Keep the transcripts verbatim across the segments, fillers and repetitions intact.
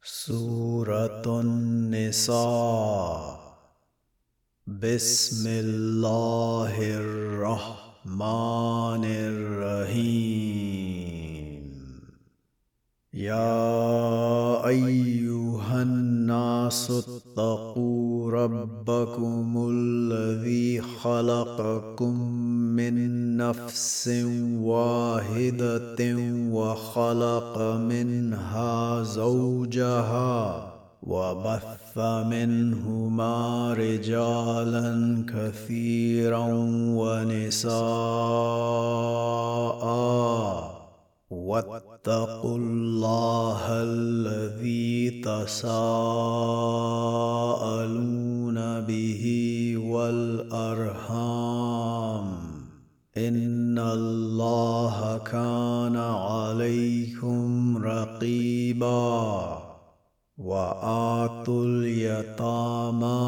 سورة النساء. بسم الله الرحمن الرحيم. يا أيها الناس اتقوا ربكم الذي خلقكم من نفس واحدة وخلق منها زوجها وبث منهما رجالا كثيرا ونساء. واتقوا الله الذي تساءلون به والأرحام إن الله كان عليكم رقيبا. وآتوا اليتامى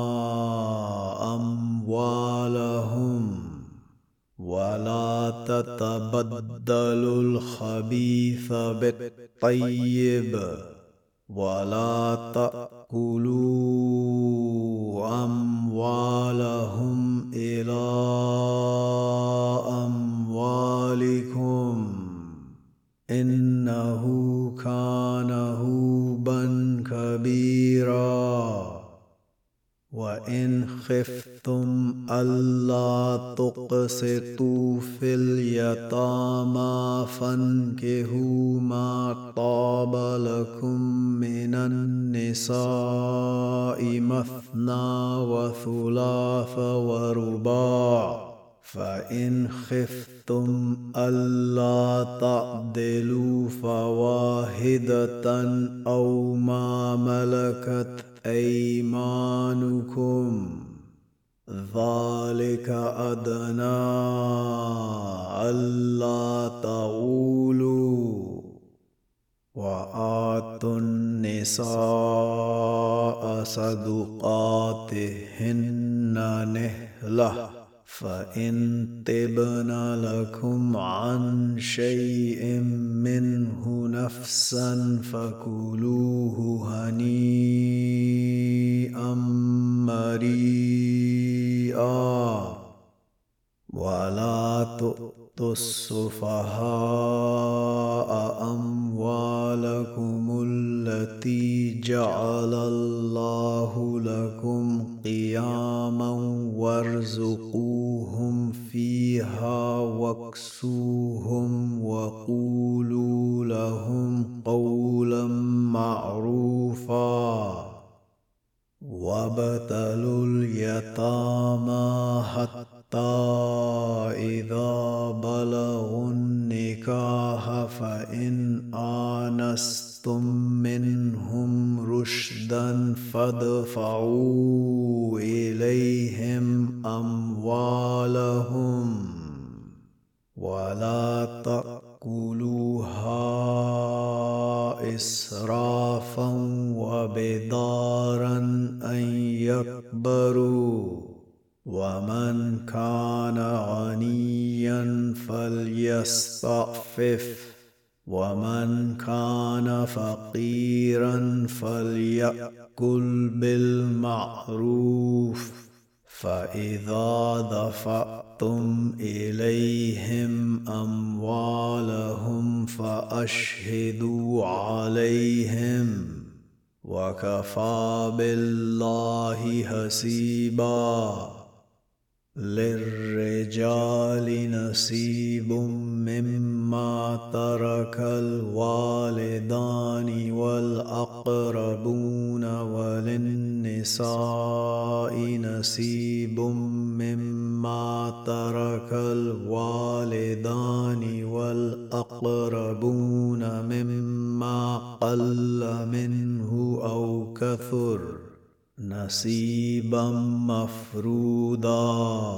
أموالهم ولا تتبدلوا الخبيث بالطيب ولا تأكلوا أموالهم إلى أموالكم إنه كان هوبا كبيرا. وإن خفتم ألا تقسطوا في اليتامى فانكحوا ما طاب لكم من النساء مثنى وثلاث ورباع. فإن خفتم ألا تعدلوا فواحدة أو ما ملكت أيمانكم ذلك أدنى ألا تعولوا. وآتوا النساء صدقاتهن نحلة فإن طبن لكم عن شيء منه نفسا فكلوه هنيئا مريئا. ولا تؤتوا السفهاء أموالكم التي جعل الله لكم قياما وارزقوهم فيها واكسوهم وقولوا لهم قولا معروفا. وابتلوا اليتامى حتى إذا بلغوا النكاح فإن آنستم منهم رشدا فادفعوا إليهم أموالهم ولا تأكلوها إسرافا وبدارا أن يكبروا. ومن كان غنيا فليستعفف ومن كان فقيرا فليأكل بالمعروف. فإذا دفعتم إليهم أموالهم فأشهدوا عليهم وكفى بالله حسيبا. للرجال نصيب مما ترك الوالدان والأقربون وللنساء نصيب مما ترك الوالدان والأقربون مما قل منه أو كثر نصيبا مفروضا.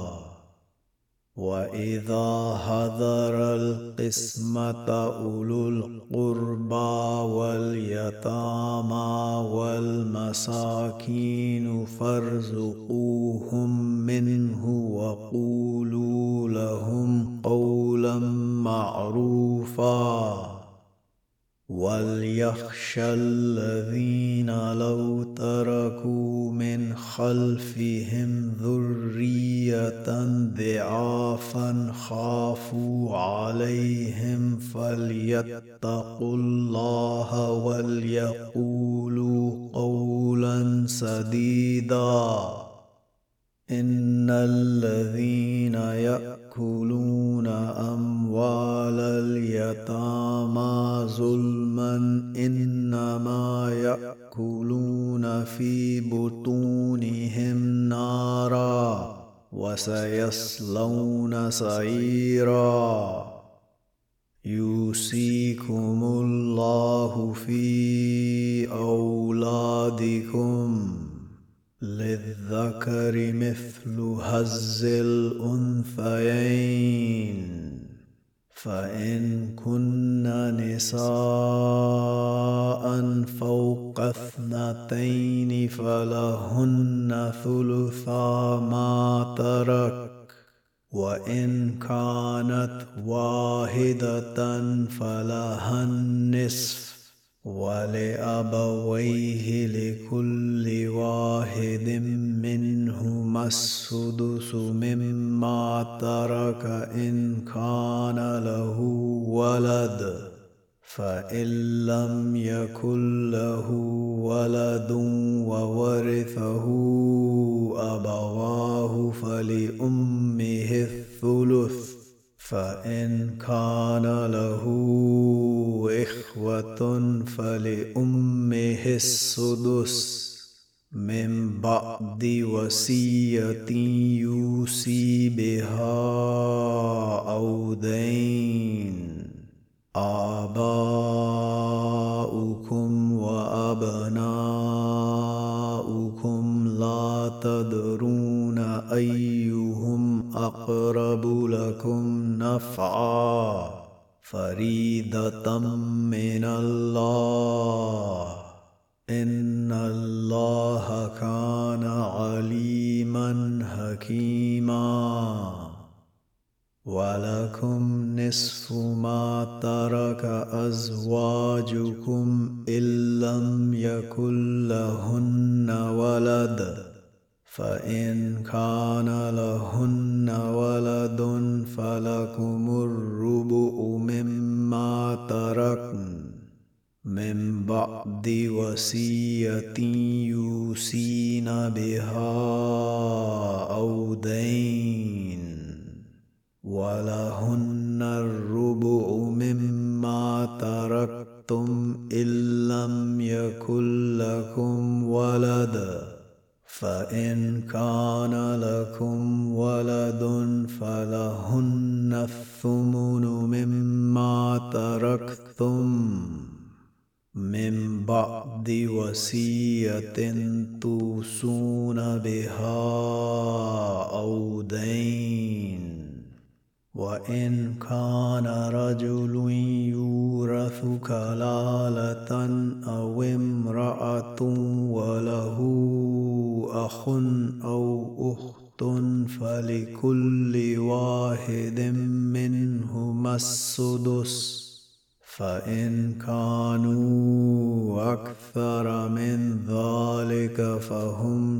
وإذا حضر القسمة أولو القربى واليتامى والمساكين فارزقوهم منه وقولوا لهم قولا معروفا. واليتامى وليخشى الذين لو تركوا من خلفهم ذرية ضعافا خافوا عليهم فليتقوا الله وليقولوا قولا سديدا. إن الذين يأكلون أموال اليتامى ظلما إنما يأكلون في بطونهم نارا وسيصلون سعيرا. يوصيكم الله في أولادكم للذكر مثل حظ الأنثيين. فإن كن نساء فوق اثنتين فلهن ثلثا ما ترك، وإن كانت واحدة فلها النصف، ولأبويه لكل واحد منهما السدس مما ترك إن كان له ولد، فإن لم يكن له ولد وورثه أبواه فلأمه الثلث، فإن كان له إخوة فلأمه السدس من بعد وصية يوصي بها أو دين. آباؤكم وأبناؤكم لا تدرون أيهم أقرب لكم نفعا فريضة من الله، إن الله كان عليما حكيما. ولكم نصف ما ترك أزواجكم إن لم يكن لهن ولد، فإن كان لهن ولد فلكم الربع مما تركن من بعد وصية يوصين بها أو دين. ولهن الربع مما تركتم إن لم يكن لكم ولد، فإن كان لكم ولد فلهن الثمن مما تركتم من بعد وصية توصون بها أو دين. وإن كان رجل يورث كلالة أو امرأة وله أخ أو أخت فلكل واحد منهما السدس، فإن كانوا أكثر من ذلك فهم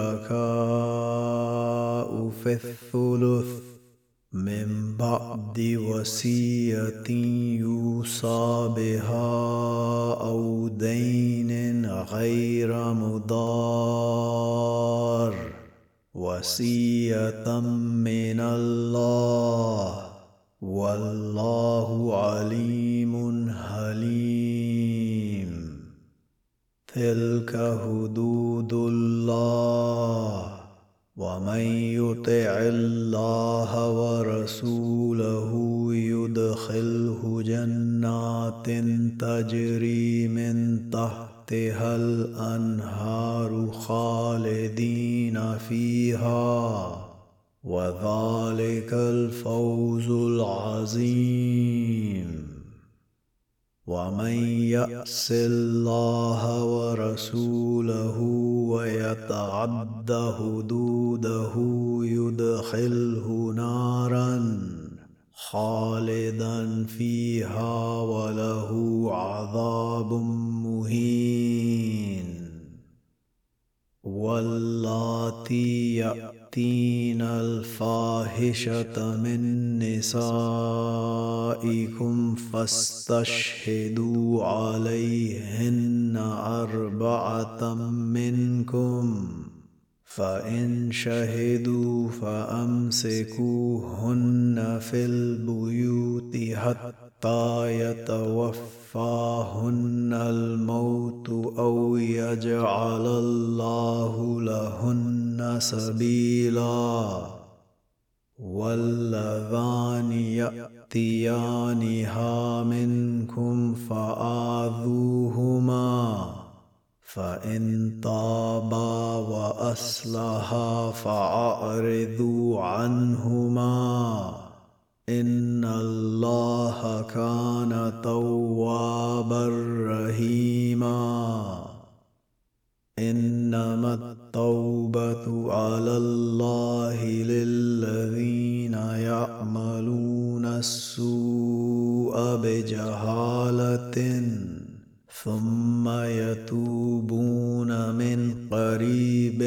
شركاء في الثلث من بعد وصية يوصى بها أو دين غير مضار، وصية من الله، والله عليم حليم. تلك حدود الله، ومن يطع الله ورسوله يدخله جنات تجري من تحتها الأنهار خالدين فيها، وذلك الفوز العظيم. ومن يعص الله ورسوله ويتعد حدوده يدخله نارا خالدا فيها وله عذاب مهين. واللاتي يأتين الفاحشة من نسائكم فاستشهدوا عليهن أربعة منكم، فإن شهدوا فأمسكوهن في البيوت حتى يتوفاهن الموت أو يجعل الله لهن سبيلا. واللذان يأتيانها منكم فآذوهما، فإن تابا وأصلحا فأعرضوا عنهما، إن الله كان توابا رحيما. إنما التوبة على الله للذين يعملون السوء بجهالة ثم يتوبون من قريب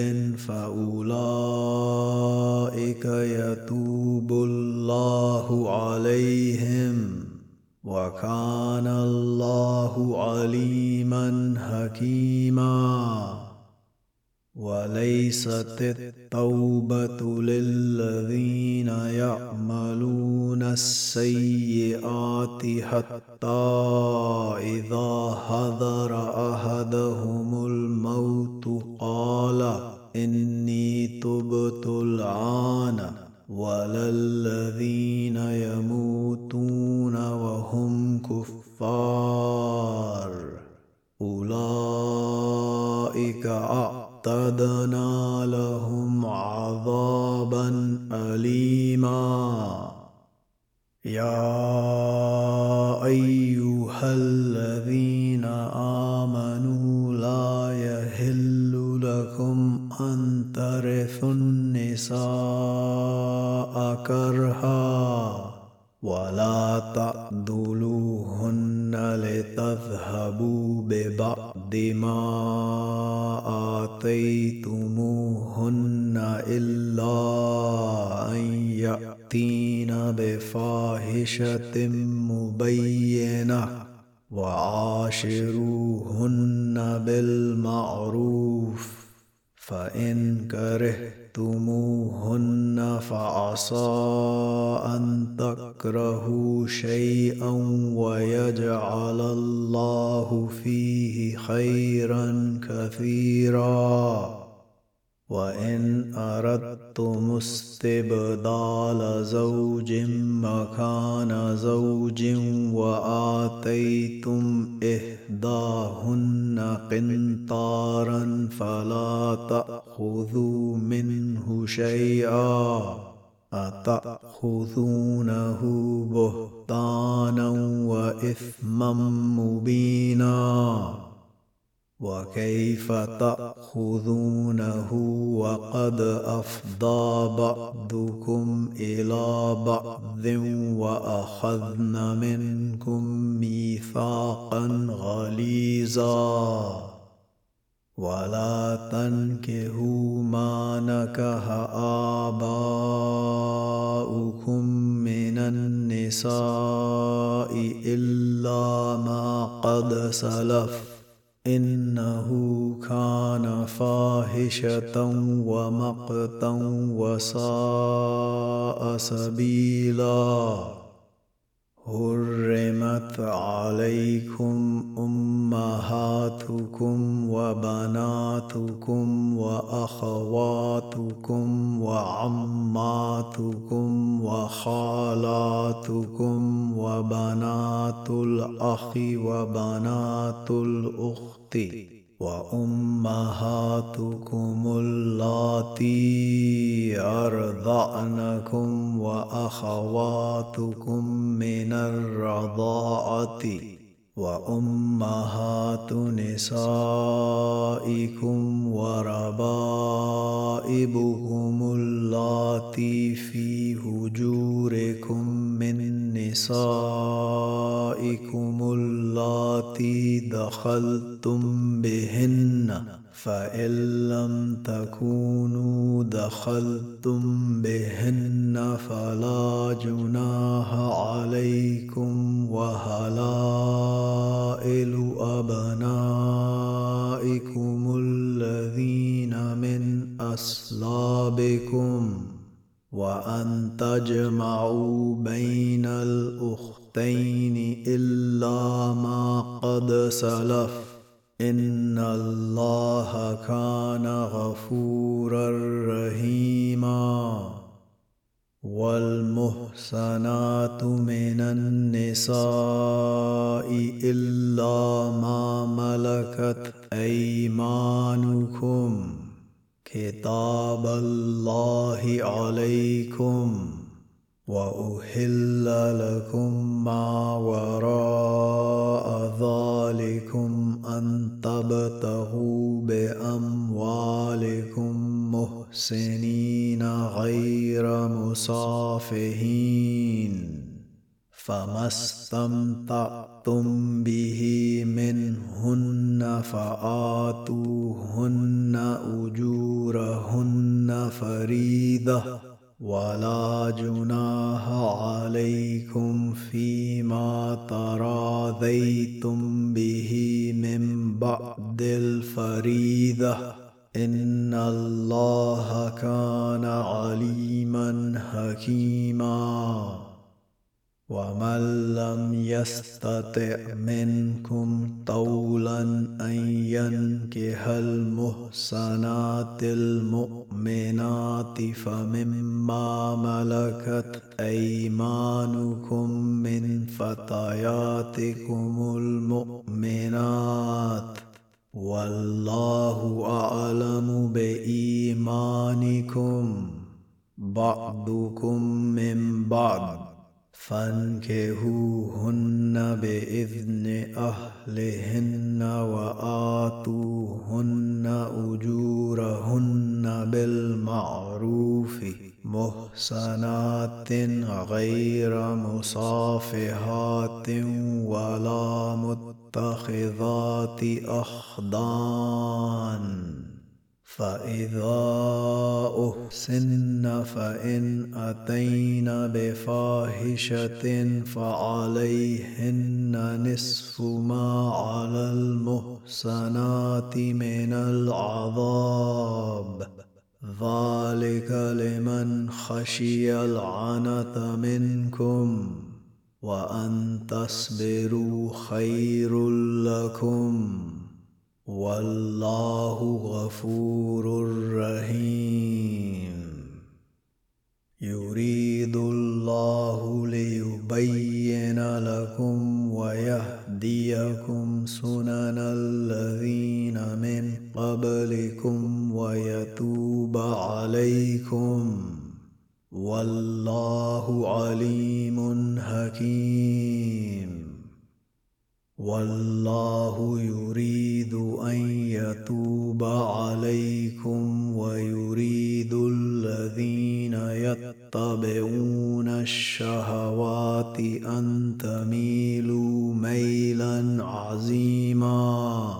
فأولئك يتوب الله عليهم، وكان الله عليما حكيما. وليست التوبة للذين يعملون السيئات حتى إذا حضر أحدهم الموت قال إني تبت الآن، ولا الذين يموتون وهم كفار أولئك أعتدنا لهم عذابا أليما. يا أيها الذين آمنوا لا يحل لكم أن ترثوا النساء كرها ولا تعضلوهن لتذهبوا ببعض ما آتيتموهن إلا أن يأتين بفاحشة مبينة، وعاشروهن بالمعروف، فإن كرهتموهن فعسى أن تكرهوا شيئا ويجعل الله فيه خيرا كثيرا. وإن أردتم استبدال زوج مكان زوج وآتيتم إحداهن قنطارا فلا تأخذوا منه شيئا، أتأخذونه بهتانا وإثما مبينا. وكيف تأخذونه وقد أفضى بعضكم إلى بعض وأخذن منكم ميثاقا غليظا. ولا تنكحوا ما نكح آباؤكم من النساء إلا ما قد سلف، إنه كان فاحشة ومقتا وساء سبيلا. حرمت عليكم أمهاتكم وبناتكم وأخواتكم وعماتكم وخالاتكم وبنات الأخ وبنات الأخت وأمهاتكم اللاتي أرضعنكم وأخواتكم من الرضاعة وأمهات نسائكم وربائبكم اللاتي في هجوركم من نسائكم اللاتي دخلتم بهن فإن لم تكونوا دخلتم بهن فلا جناح عليكم وحلائل أبنائكم الذين من أصلابكم وأن تجمعوا بين الأختين إلا ما قد سلف إن الله كان غفورا رحيما. والمحصنات من النساء إلا ما ملكت أيمانكم كتاب الله عليكم وأحل لكم ما وراء ذلكم أن تبتغوا بأموالكم محسنين غير مسافحين فما استمتعتم به منهن فآتوهن أجورهن فريضة ولا جناح عليكم فيما تراضيتم به من بعد الفريضة إن الله كان عليما حكيما. ومن لم يستطع منكم طولا أن ينكح المحصنات المؤمنات فمما ملكت أيمانكم من فتياتكم المؤمنات والله أعلم بإيمانكم بعضكم من بعض فانكحوهن بإذن أهلهن وآتوهن أجورهن بالمعروف محصنات غير مصافحات ولا متخذات أخدان فإذا أحسن فإن أتين بفاحشة فعليهن نصف ما على المحصنات من العذاب ذلك لمن خشي العنة منكم وأن تصبروا خير لكم والله غفور رحيم. يريد الله ليبين لكم ويهديكم سنن الذين من قبلكم ويتوب عليكم والله عليم حكيم. والله يريد أن يتوب عليكم ويريد الذين يتبعون الشهوات أن تميلوا ميلا عظيما.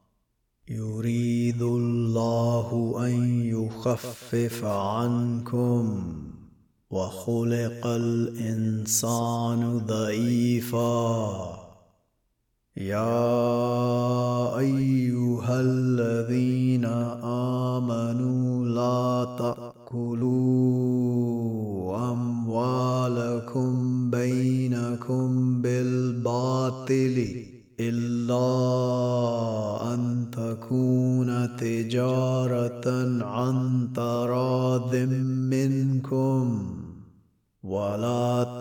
يريد الله أن يخفف عنكم وخلق الإنسان ضعيفا. يا أيها الذين آمنوا لا تأكلوا أموالكم بينكم بالباطل إلا أن تكون تجارة عن تراض منكم ولا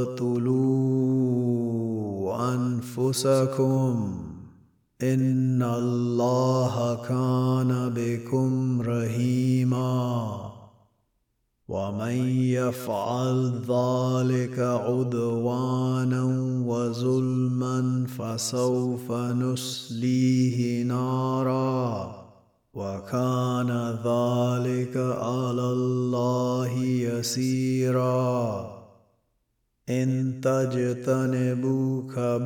تقتلوا أنفسكم إن الله كان بكم رحيما. ومن يفعل ذلك عدوانا وظلما فسوف نصليه نارا وكان ذلك على الله يسيرا. إن تجتنبوا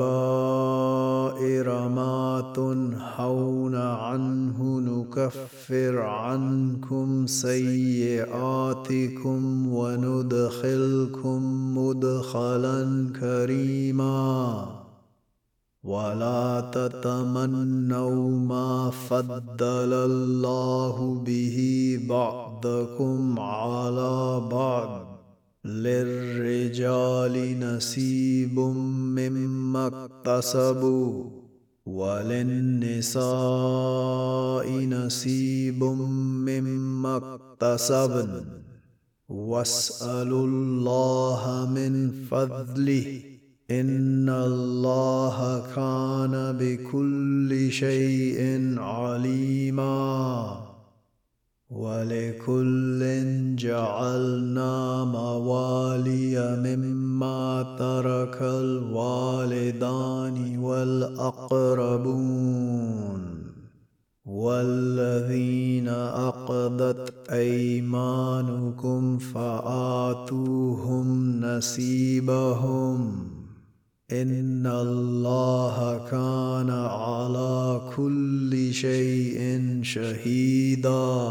كبائر ما تنهون عنه نكفر عنكم سيئاتكم وندخلكم مدخلا كريما ولا تتمنوا ما فضل الله به بعضكم على بعض للرجال نصيب مما اكتسبوا وللنساء نصيب مما اكتسبن واسألوا الله من فضله إن الله كان بكل شيء عليما ولكل جعلنا موالي مما ترك الوالدان والأقربون والذين عقدت أيمانكم فآتوهم نصيبهم إن الله كان على كل شيء شهيدا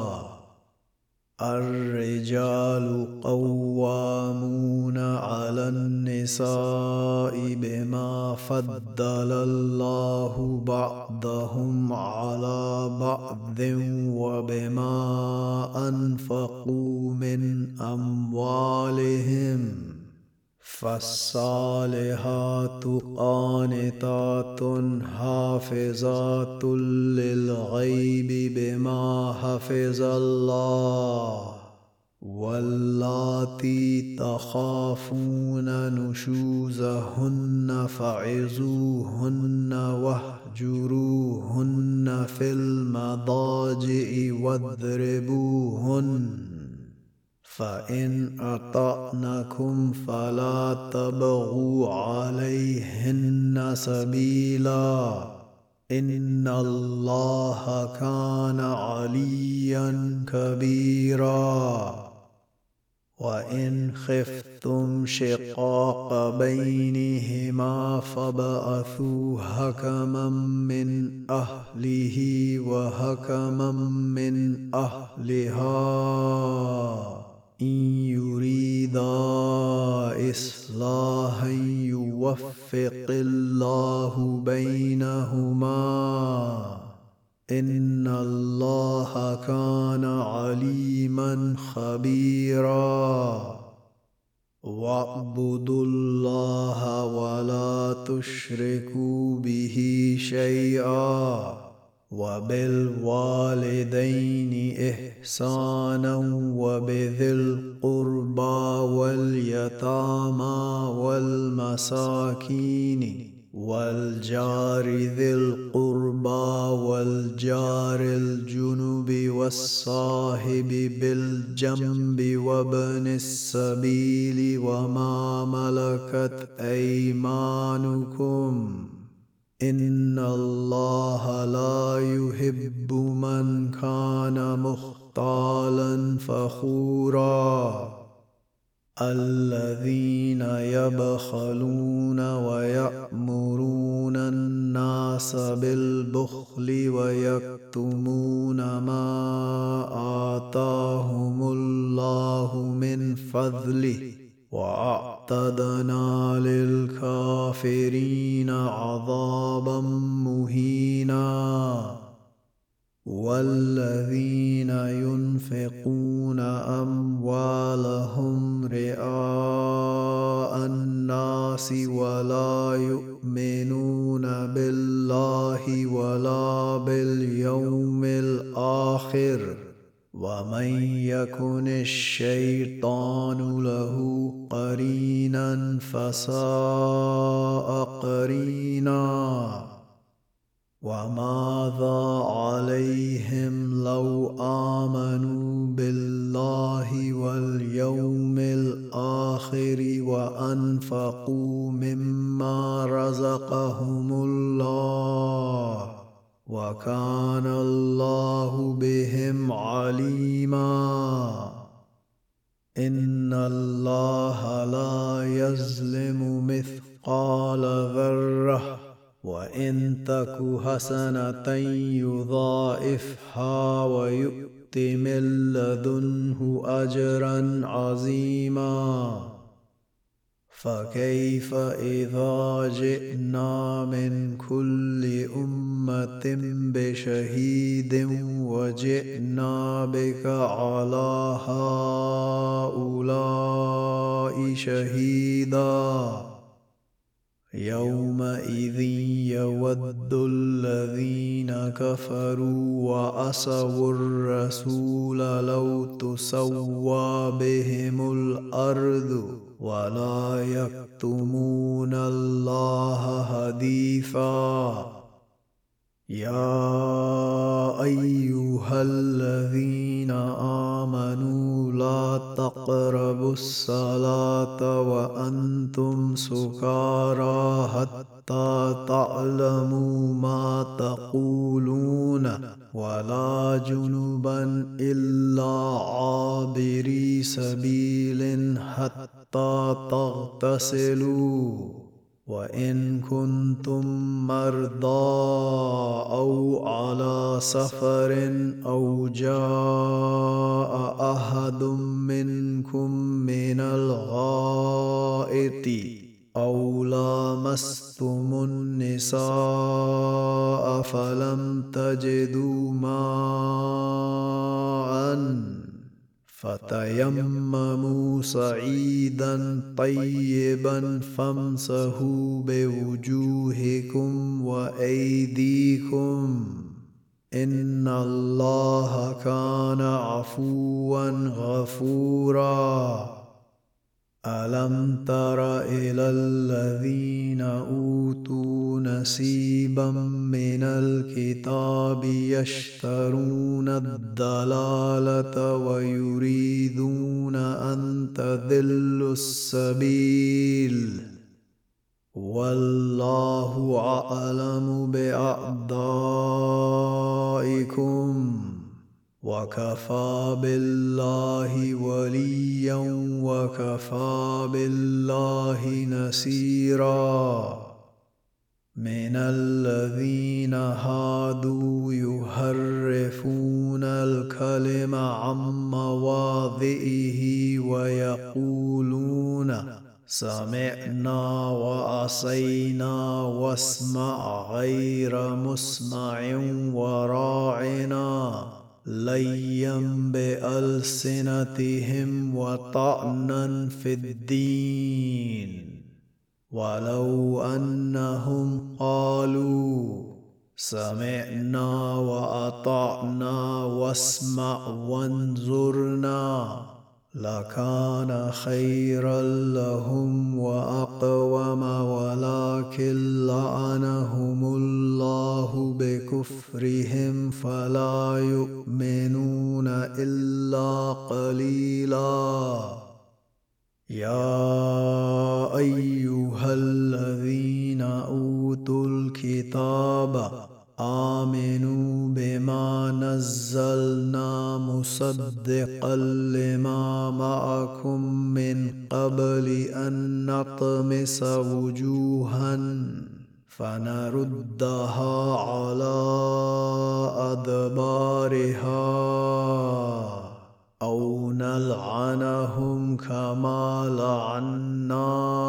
الرجال قوامون على النساء بما فضل الله بعضهم على بعض وبما أنفقوا من أموالهم فالصالحات قانتات حافظات للغيب بما حفظ الله واللاتي تخافون نشوزهن فعظوهن واهجروهن في المضاجع واضربوهن فإن أطعنكم فلا تبغوا عليهن سبيلا إن الله كان عليا كبيرا وإن خفتم شقاق بينهما فابعثوا حكما من أهله وحكما من أهلها إن يريدا إصلاحا يوفق الله بينهما إن الله كان عليما خبيرا واعبدوا الله ولا تشركوا به شيئا وبالوالدين إحسانا وبذي القربى واليتامى والمساكين والجار ذي القربى والجار الجنب والصاحب بالجنب وابن السبيل وما ملكت أيمانكم إن الله لا يحب من كان مختالا فخورا الذين يبخلون ويأمرون الناس بالبخل ويكتمون ما آتاهم الله من فضله وأعتدنا للكافرين عذابا مهينا والذين ينفقون أموالهم رئاء الناس ولا يؤمنون بالله ولا باليوم الآخر ومن يكن الشيطان له قرينا فساء قرينا وماذا عليهم لو آمنوا بالله واليوم الآخر وأنفقوا مما رزقهم الله وكان الله بهم عليما إن الله لا يظلم مثقال ذرة وإن تك حسنة يضاعفها ويؤت من لدنه أجرا عظيما فكيف إذا جئنا من كل أمة بشهيد وجئنا بك على هؤلاء شهيدا يومئذ يود الذين كفروا وعصوا الرسول لو تسوى بهم الأرض ولا يكتمون الله حديثا يا أيها الذين آمنوا لا تقربوا الصلاة وأنتم سكارى حتى تعلموا ما تقولون ولا جنبا إلا عابري سبيل حتى تغتسلوا وإن كنتم مرضى أو على سفر أو جاء أحد منكم من الغائط أو لامستم النساء فلم تجدوا ماء فتيمموا صعيدا طيبا فامسحوا بوجوهكم وأيديكم إن الله كان عفوا غفورا ألم تر إلى الذين أوتوا نصيبا من الكتاب يشترون الضلالة ويريدون أن تضلوا السبيل والله أعلم بأعدائكم وكفى بالله وليا وكفى بالله نصيرا من الذين هادوا يحرفون الكلم عن مواضعه ويقولون سمعنا وعصينا واسمع غير مسمع وراعنا ليا بألسنتهم وطعنا في الدين ولو أنهم قالوا سمعنا وأطعنا واسمع وانظرنا لكان خيرا لهم وأقوم ولكن لعنهم الله بكفرهم فلا يؤمنون إلا قليلا يا أيها الذين أوتوا الكتاب آمنوا بما نزلنا مصدقا لما معكم من قبل أن نطمس وجوها فنردها على أدبارها أو نلعنهم كما لعنا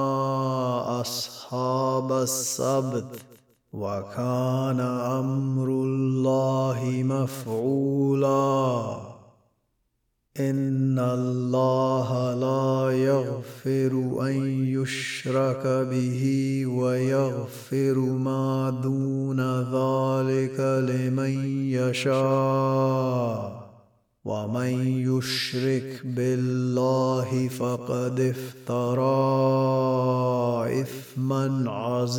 أصحاب السبت وكان أمر الله مفعولا إن الله لا يغفر أن يشرك به ويغفر ما دون ذلك لمن يشاء ومن يشرك بالله فقد افترى إثما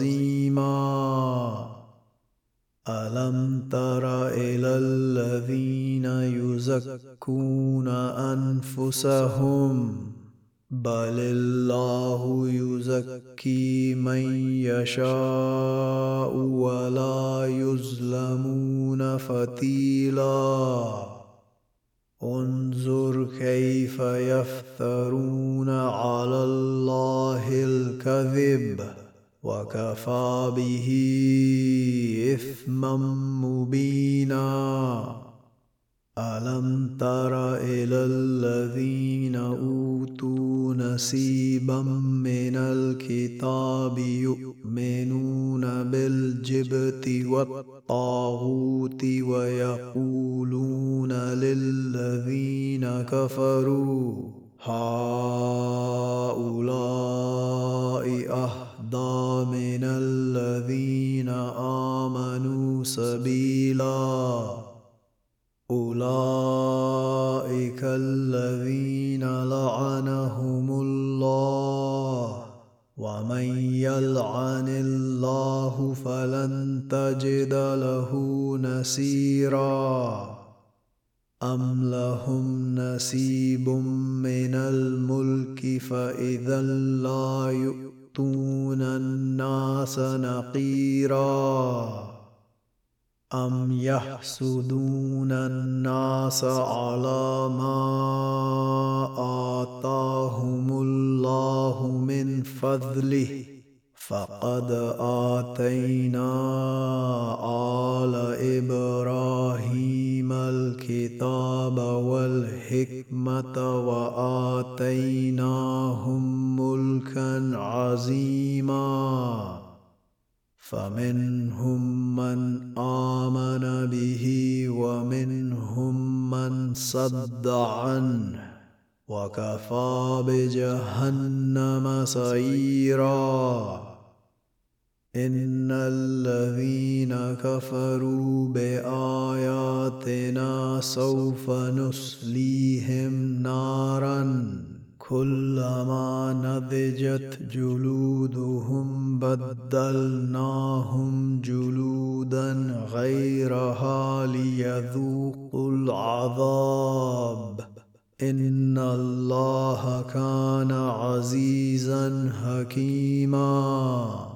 عظيما ألم تر إلى الذين يزكون أنفسهم بل الله يزكي من يشاء ولا يظلمون فتيلا انظر كيف يفترون على الله الكذب وكفى به إثما مبينا. ألم تر إلى الذين أوتوا نصيبا من الكتاب يؤمنون بالجبت والطاغوت ويقولون للذين كفروا هؤلاء أهدى من الذين آمنوا سبيلا. أولئك الذين لعنهم الله ومن يلعن الله فلن تجد له نصيرا. أم لهم نصيب من الملك فإذا لا يؤتون الناس نقيرا. أم يحسدون الناس على ما آتاهم الله من فضله فقد آتينا آل إبراهيم الكتاب والحكمة وآتيناهم ملكا عظيما. فمنهم من آمن به ومنهم من صد عنه وكفى بجهنم سعيرا. إن الذين كفروا بآياتنا سوف نصليهم نارا كلما نضجت جلودهم بدلناهم جلودا غيرها ليذوقوا العذاب. إن الله كان عزيزا حكيما.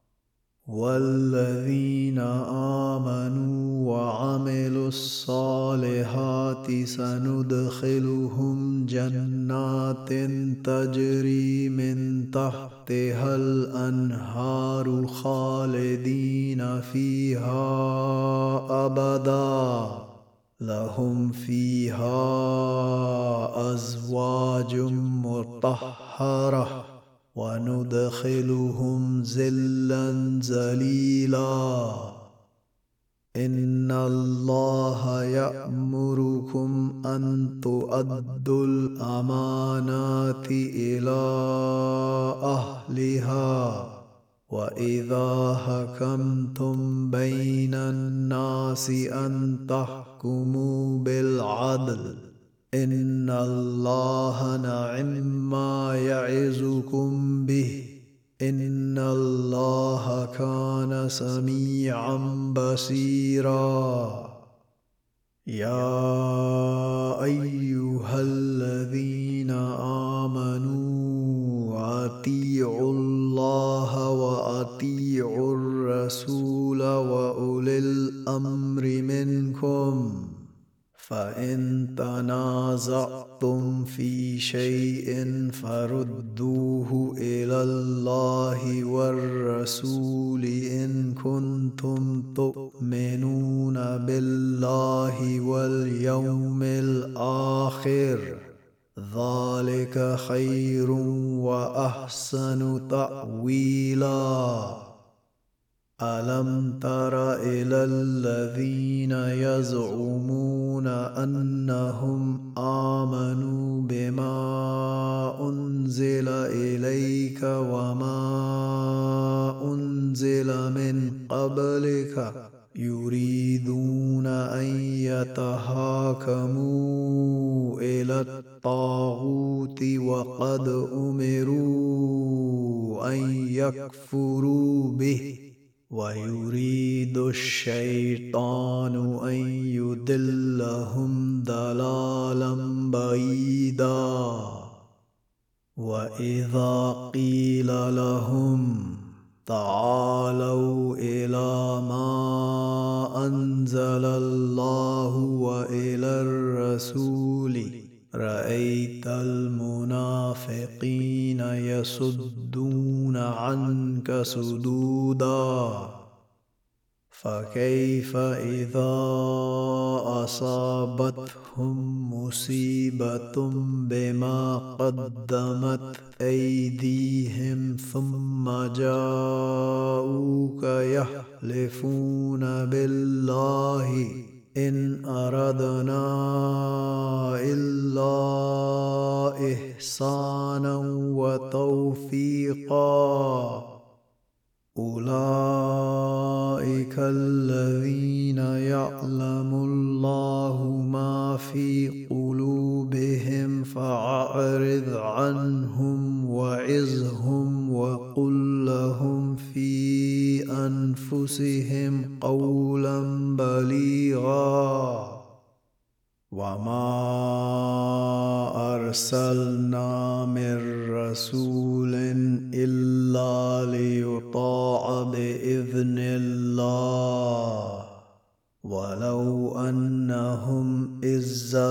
والذين آمنوا وعملوا الصالحات سندخلهم جنات تجري من تحتها الأنهار خالدين فيها أبدا لهم فيها أزواج مطهرة وندخلهم ظلا ظليلا. إن الله يأمركم أن تؤدوا الأمانات إلى أهلها وإذا حكمتم بين الناس أن تحكموا بالعدل. إن الله نعم ما يعظكم به. إن الله كان سميعا بصيرا. يا أيها الذين آمنوا أطيعوا الله وأطيعوا الرسول وأولي الأمر منكم. فإن تنازعتم في شيء فردوه إلى الله والرسول إن كنتم تؤمنون بالله واليوم الآخر ذلك خير وأحسن تأويلا. ألم تر إلى الذين يزعمون أنهم آمنوا بما أنزل إليك وما أنزل من قبلك يريدون أن يتحاكموا إلى الطاغوت وقد أمروا أن يكفروا به ويريد الشيطان أن يضلهم ضلالا بعيدا. وإذا قيل لهم تعالوا إلى ما أنزل الله وإلى الرسول الرسول رأيت المنافقين يصدون عنك صدودا فكيف إذا أصابتهم مصيبة بما قدمت أيديهم ثم جاءوك يحلفون بالله إن أردنا إلا إحسانا وتوفيقا أولئك الذين يعلم الله ما في قلوبهم فأعرض عنهم وعظهم وقل لهم في أنفسهم قولا بليغا وما أرسلنا من رسول إلا ليطاع بإذن الله ولو أنهم إذ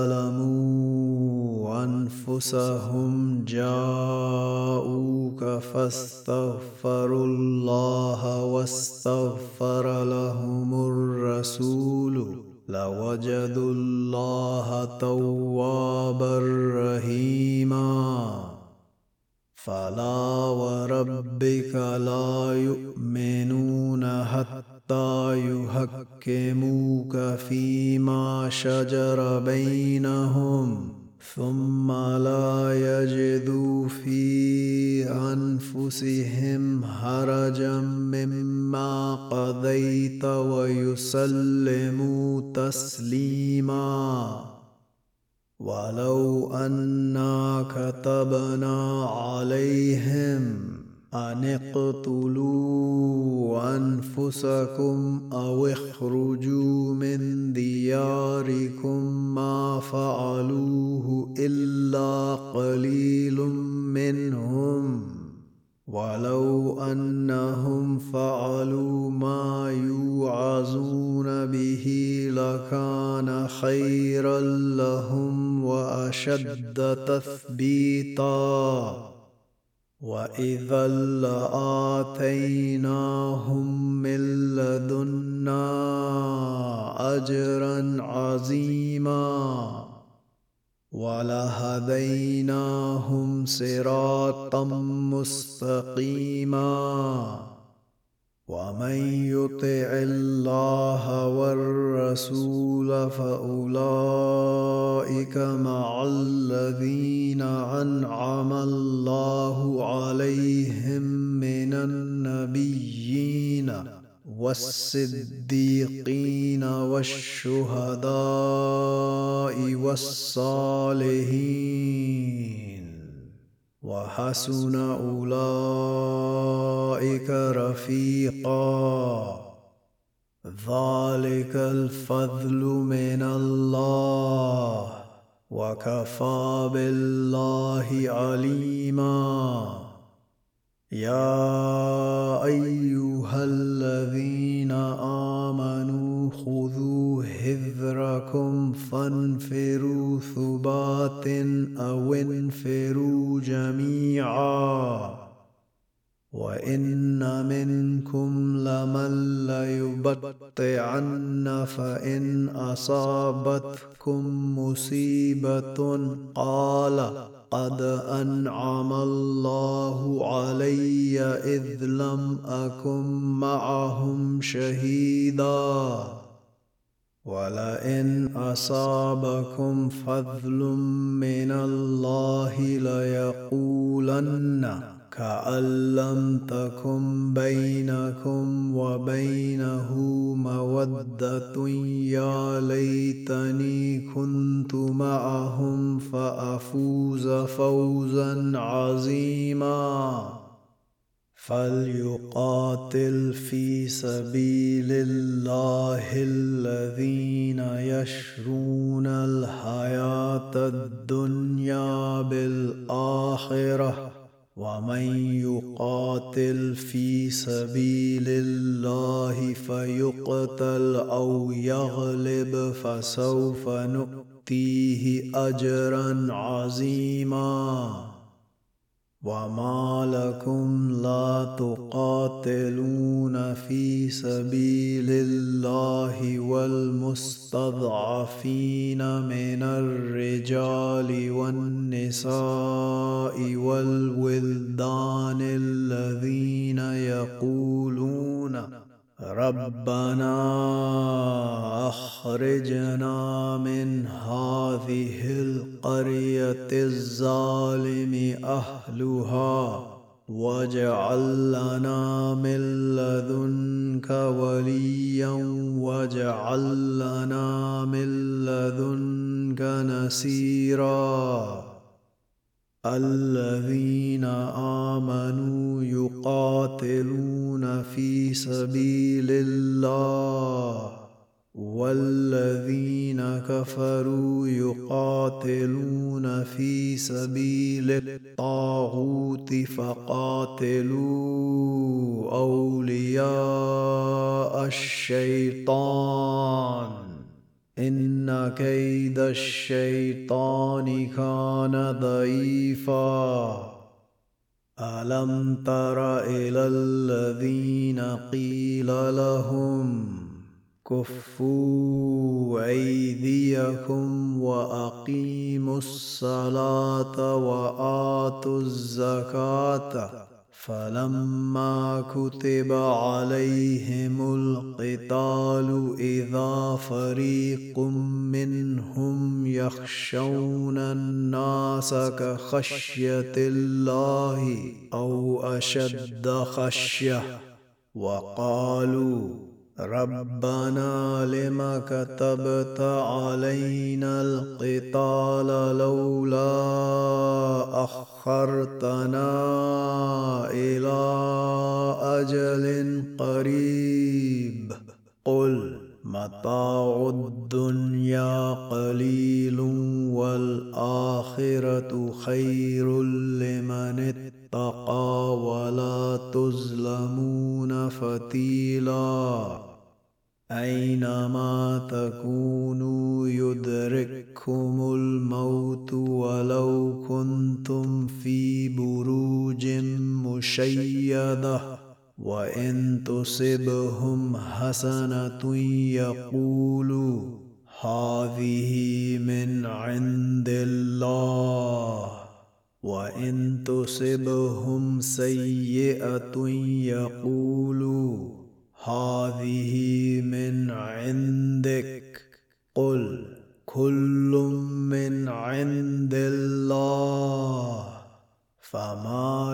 ظلموا أنفسهم جاءوك فاستغفروا الله واستغفر لهم الرسول لوجدوا الله توابا رحيما فلا وربك لا يؤمنون حتى يحكموك فيما شجر بينهم ثم لا يجدوا في أنفسهم حرجا مما قضيت ويسلموا تسليما ولو أنا كتبنا عليهم أن اقتلوا أنفسكم أو اخرجوا من دياركم ما فعلوه إلا قليل منهم ولو أنهم فعلوا ما يوعظون به لكان خيرا لهم وأشد تثبيتا وإذا لآتيناهم من لدنا أجرا عظيما ولهديناهم صراطا مستقيما ومن يطع الله والرسول فأولئك مع الذين أنعم الله عليهم من النبيين والصديقين والشهداء والصالحين وحسن أولئك رفيقا ذلك الفضل من الله وكفى بالله عليما يا أيها الذين آمنوا خذوا حذركم فانفروا ثبات أو انفروا جميعا وإن منكم لمن ليبطئن فإن أصابتكم مصيبة قال قد أنعم الله علي إذ لم أكن معهم شهيدا ولئن أصابكم فضل من الله ليقولن كأن لم تكن بينكم وبينه مودة يا ليتني كنت معهم فأفوز فوزا عظيما فليقاتل في سبيل الله الذين يشرون الحياة الدنيا بالآخرة ومن يقاتل في سبيل الله فيقتل أو يغلب فسوف نؤتيه أجرا عظيما. وما لكم لا تقاتلون في سبيل الله والمستضعفين من الرجال والنساء والولدان الذين يقولون ربنا أخرجنا من هذه القرية الظالم أهلها واجعل لنا من لدنك وليا واجعل لنا من لدنك نصيرا. الذين آمنوا يقاتلون في سبيل الله والذين كفروا يقاتلون في سبيل الطاغوت فقاتلوا أولياء الشيطان إن كيد الشيطان كان ضعيفا. ألم تر إلى الذين قيل لهم كفوا أيديكم وأقيموا الصلاة وآتوا الزكاة فلما كتب عليهم القتال إذا فريق منهم يخشون الناس كخشية الله أو أشد خشية وقالوا ربنا لم كتبت علينا القتال لولا أخرتنا إلى أجل قريب قل متاع الدنيا قليل والآخرة خير لمن اتقى ولا تظلمون فتيلا. أينما تكونوا يدرككم الموت ولو كنتم في بروج مشيدة وإن تصبهم حسنة يقولوا هذه من عند الله وإن تصبهم سيئة يقولوا هذه من عندك قل كل من عند الله فما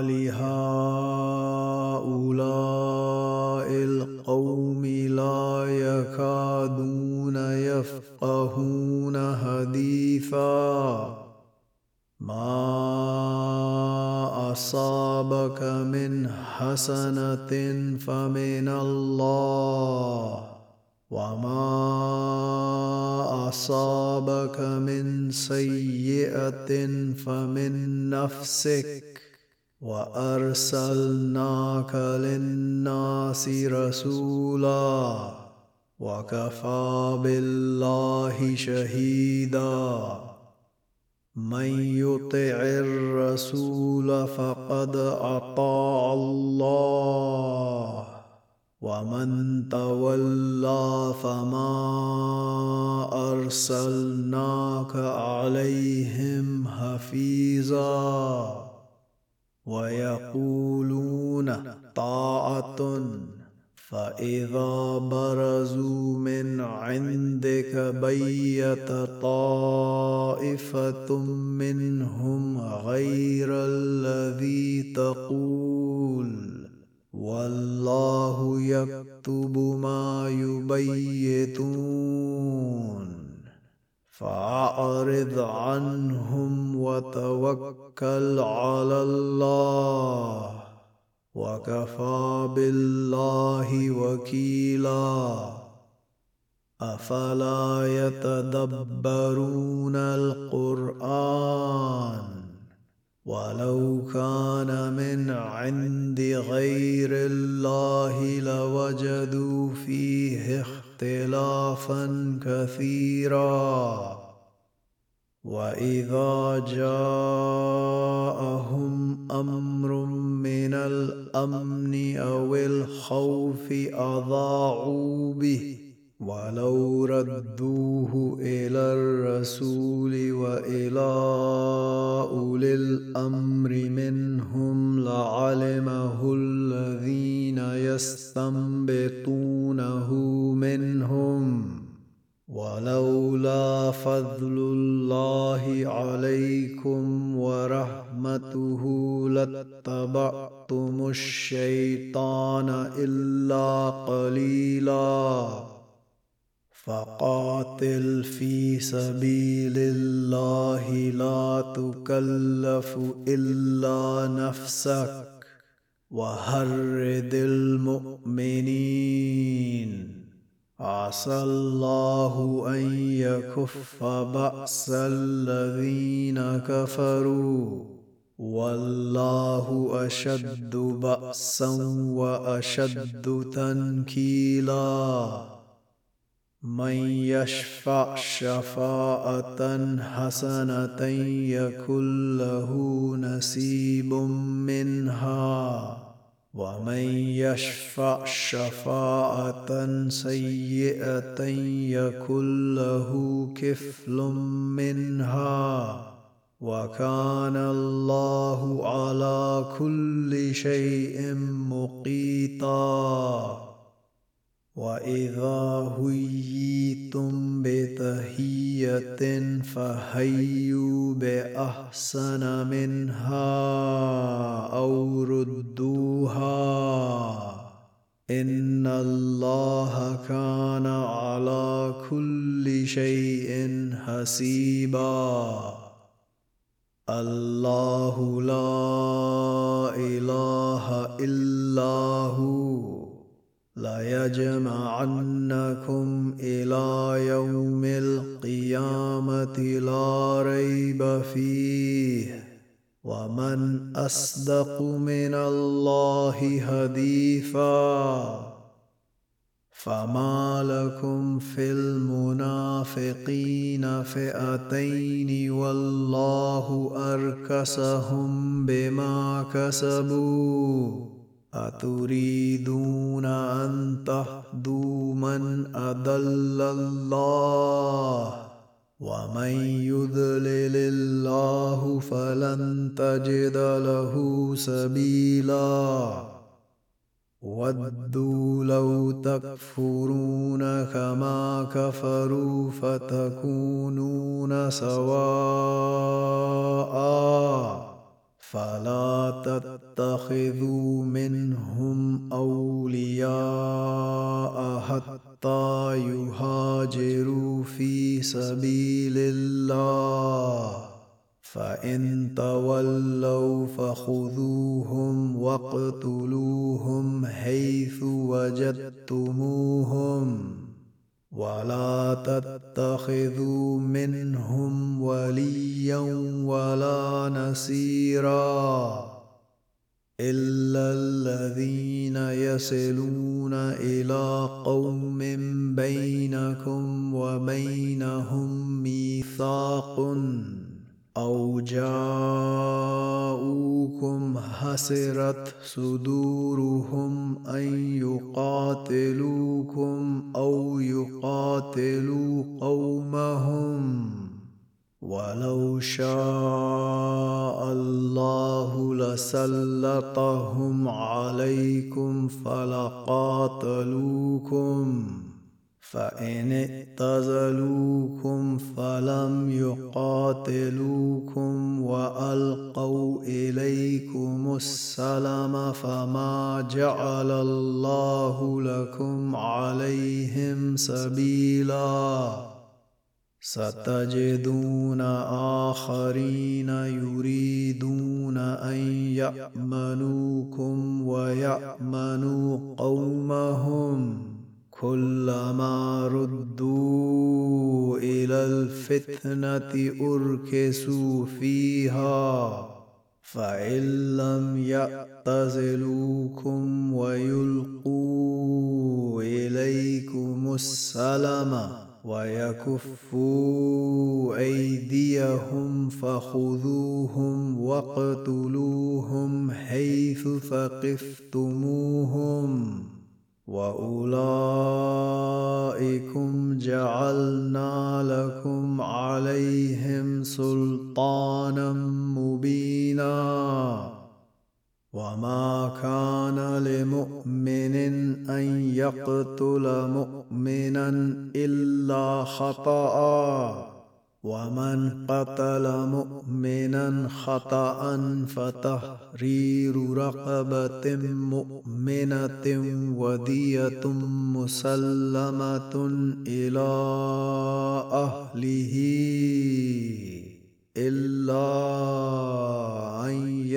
لهؤلاء القوم لا يكادون يفقهون حديثا. ما أصابك من حسنة فمن الله وما أصابك من سيئة فمن نفسك وأرسلناك للناس رسولا وكفى بالله شهيدا. من يطع الرسول فقد أطاع الله ومن تولى فما أرسلناك عليهم حفيظا. ويقولون طاعة فإذا برزوا من عندك بيت طائفة منهم غير الذي تقول والله يكتب ما يبيتون فأعرض عنهم وتوكل على الله وكفى بالله وكيلا. أفلا يتدبرون القرآن ولو كان من عند غير الله لوجدوا فيه اختلافا كثيرا. وإذا جاءهم أمر من الأمن أو الخوف أضاعوا به، ولو ردوه إلى الرسول وإلى أولي الأمر منهم لعلمه الذين يستنبطونه منهم. ولولا فضل الله عليكم ورحمته لاتبعتم الشيطان إلا قليلا. فقاتل في سبيل الله لا تكلف إلا نفسك وحرض المؤمنين. عسى الله أن يكف بأس الذين كفروا، والله أشد بأسا وأشد تنكيلا. من يشفع شفاعة حسنة يكن له نصيب منها، ومن يشفع شفاعة سيئة يكن له كفل منها، وكان الله على كل شيء مقيتا. وإذا حييتم بتحية فحيوا بأحسن منها أو ردوها، إن الله كان على كل شيء حسيبا. الله لا إله إلا هو ليجمعنكم إلى يوم القيامة لا ريب فيه، ومن أصدق من الله حديثا. فما لكم في المنافقين فئتين والله أركسهم بما كسبوا، أتريدون أن تهدوا من أضل الله، ومن يضلل الله فلن تجد له سبيلا. ودوا لو تكفرون كما كفروا فتكونون سواء، فلا تتخذوا منهم أولياء حتى يهاجروا في سبيل الله، فإن تولوا فخذوهم واقتلوهم حيث وجدتموهم، ولا تتخذوا منهم وليا ولا نصيرا، إلا الذين يصلون إلى قوم بينكم وبينهم ميثاق أو جاءوكم حسرت صدورهم أن يقاتلوكم أو يقاتلوا قومهم، ولو شاء الله لسلطهم عليكم فلقاتلوكم، فإن اعتزلوكم فلم يقاتلوكم وألقوا إليكم السلم فما جعل الله لكم عليهم سبيلا. ستجدون آخرين يريدون أن يأمنوكم ويأمنوا قومهم، كلما ردوا إلى الفتنة أركسوا فيها فإن لم يعتزلوكم ويلقوا إليكم السلم ويكفوا أيديهم فخذوهم واقتلوهم حيث ثقفتموهم وأولئكم جعلنا لكم عليهم سلطانا مبينا وما كان لمؤمن أن يقتل مؤمنا إلا خطأ ومن قتل مؤمنا خطأ فتحرير رقبة مؤمنة ودية مسلمة إلى أهله إلا أن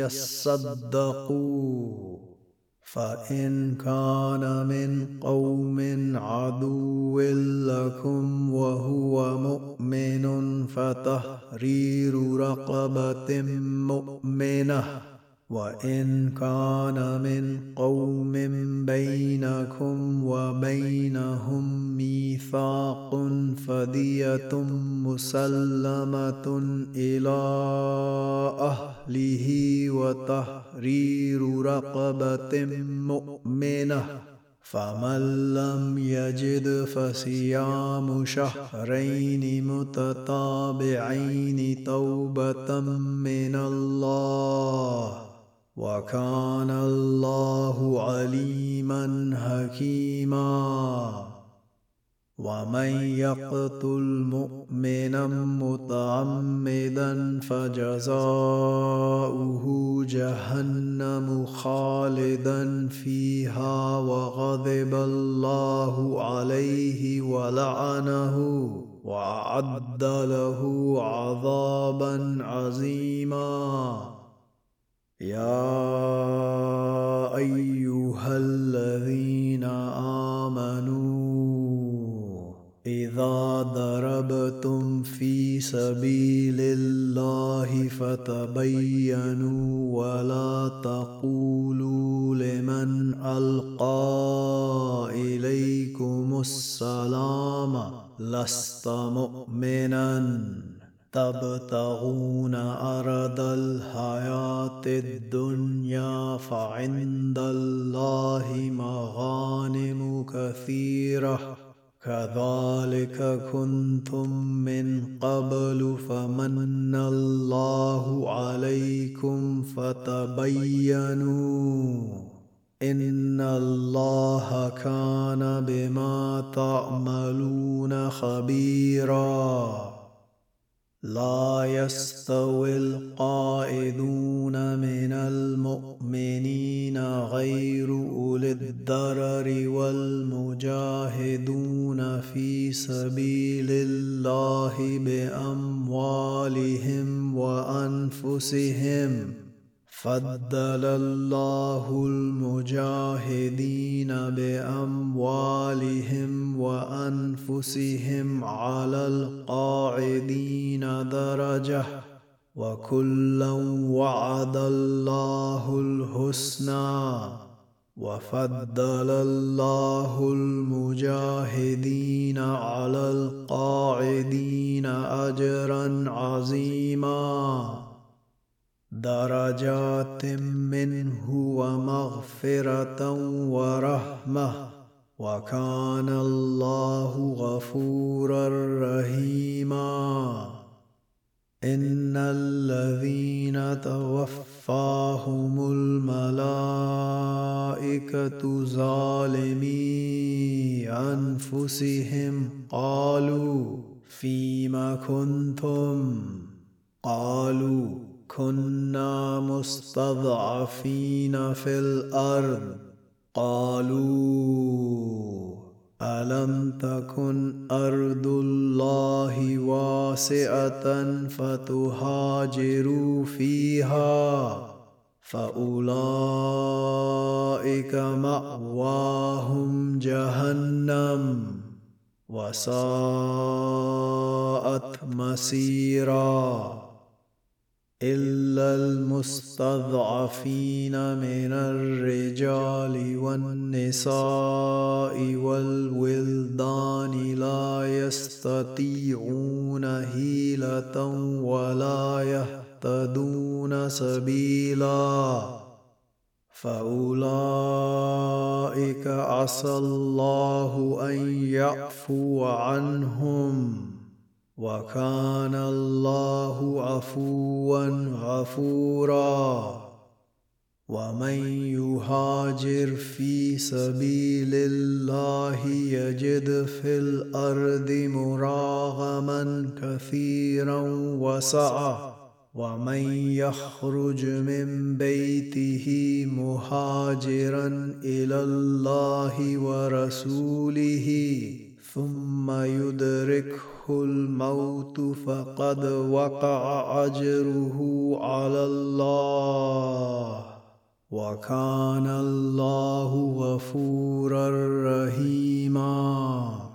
يصدقوا فإن كان من قوم عدو لكم وهو مؤمن فتحرير رقبة مؤمنة وإن كان من قوم بينكم وبينهم ميثاق فدية مسلمة إلى أهله وتحرير رقبة مؤمنة فمن لم يجد فصيام شهرين متتابعين توبة من الله وكان الله عليما حكيما ومن يقتل مؤمنا متعمدا فجزاؤه جهنم خالدا فيها وغضب الله عليه ولعنه وأعد له عذابا عظيما يا أيها الذين آمنوا إذا ضربتم في سبيل الله فتبينوا ولا تقولوا لمن ألقى إليكم السلام لست مؤمنا تبتغون أرض الحياة الدنيا فعند الله مغانم كثيرة كذلك كنتم من قبل فمن الله عليكم فتبينوا إن الله كان بما تعملون خبيرا لا يستوي القائدون من المؤمنين غير أولي الضرر والمجاهدون في سبيل الله بأموالهم وأنفسهم فضل الله المجاهدين بأموالهم وأنفسهم على القاعدين درجة وكلا وعد الله الحسنى وفضل الله المجاهدين على القاعدين أجرا عظيما درجات منه ومغفرة ورحمة وكان الله غفورا رحيما إن الذين توفاهم الملائكة ظالمي أنفسهم قالوا فيم كنتم قالوا كنا مستضعفين في الأرض قالوا ألم تكن أرض الله واسعة فتهاجروا فيها فأولئك مأواهم جهنم وساءت مصيرا إلا المستضعفين من الرجال والنساء والولدان لا يستطيعون حيلة ولا يهتدون سبيلا فأولئك عسى الله أن يعفو عنهم وكان الله عفوا غفورا ومن يهاجر في سبيل الله يجد في الأرض مراغما كثيرا وسعة ومن يخرج من بيته مهاجرا إلى الله ورسوله ثم يدركه الموت فقد وقع أجره على الله وكان الله غفورا رحيما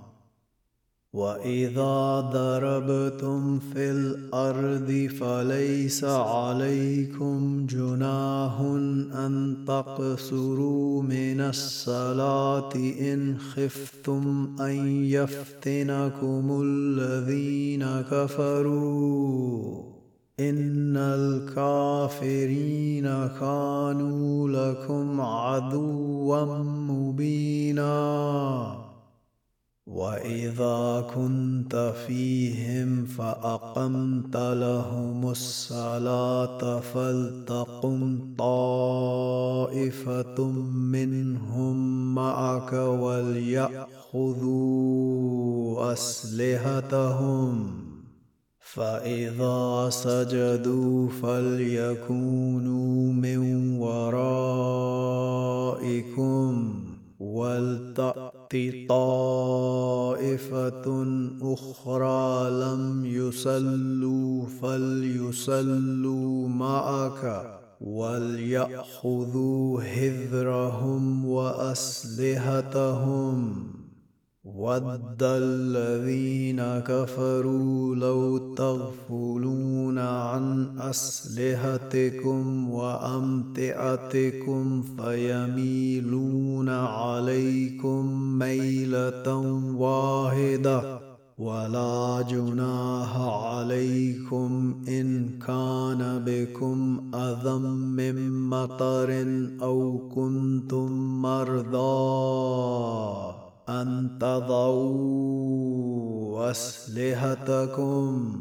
وإذا ضربتم في الأرض فليس عليكم جناح أن تقصروا من الصلاة إن خفتم أن يفتنكم الذين كفروا إن الكافرين كانوا لكم عدوا مبينا وإذا كنت فيهم فأقمت لهم الصلاة فلتقم طائفة منهم معك وليأخذوا أسلحتهم فإذا سجدوا فليكونوا من ورائكم ولتأت طائفة أخرى لم يصلوا فليصلوا معك وليأخذوا حذرهم وأسلحتهم ود الذين كفروا لو تغفلون عن أسلحتكم وأمتعتكم فيميلون عليكم ميلة واحدة ولا جناح عليكم إن كان بكم أذى من مطر أو كنتم مرضى أن تضعوا أسلحتكم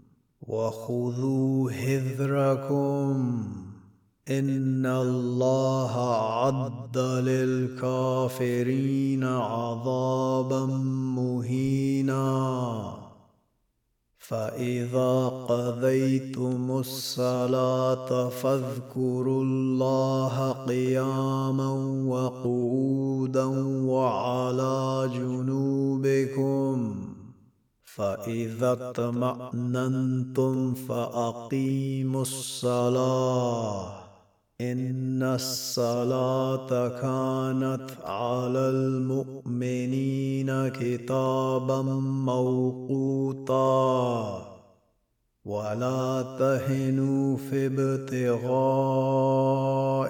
وخذوا حذركم إن الله أعد للكافرين عذابا مهينا فإذا قضيتم الصلاة فاذكروا الله قياما وقعودا وعلى جنوبكم فإذا اطمأننتم فأقيموا الصلاة إن الصلاة كانت على المؤمنين كتابا موقوتا ولا تهنوا في ابتغاء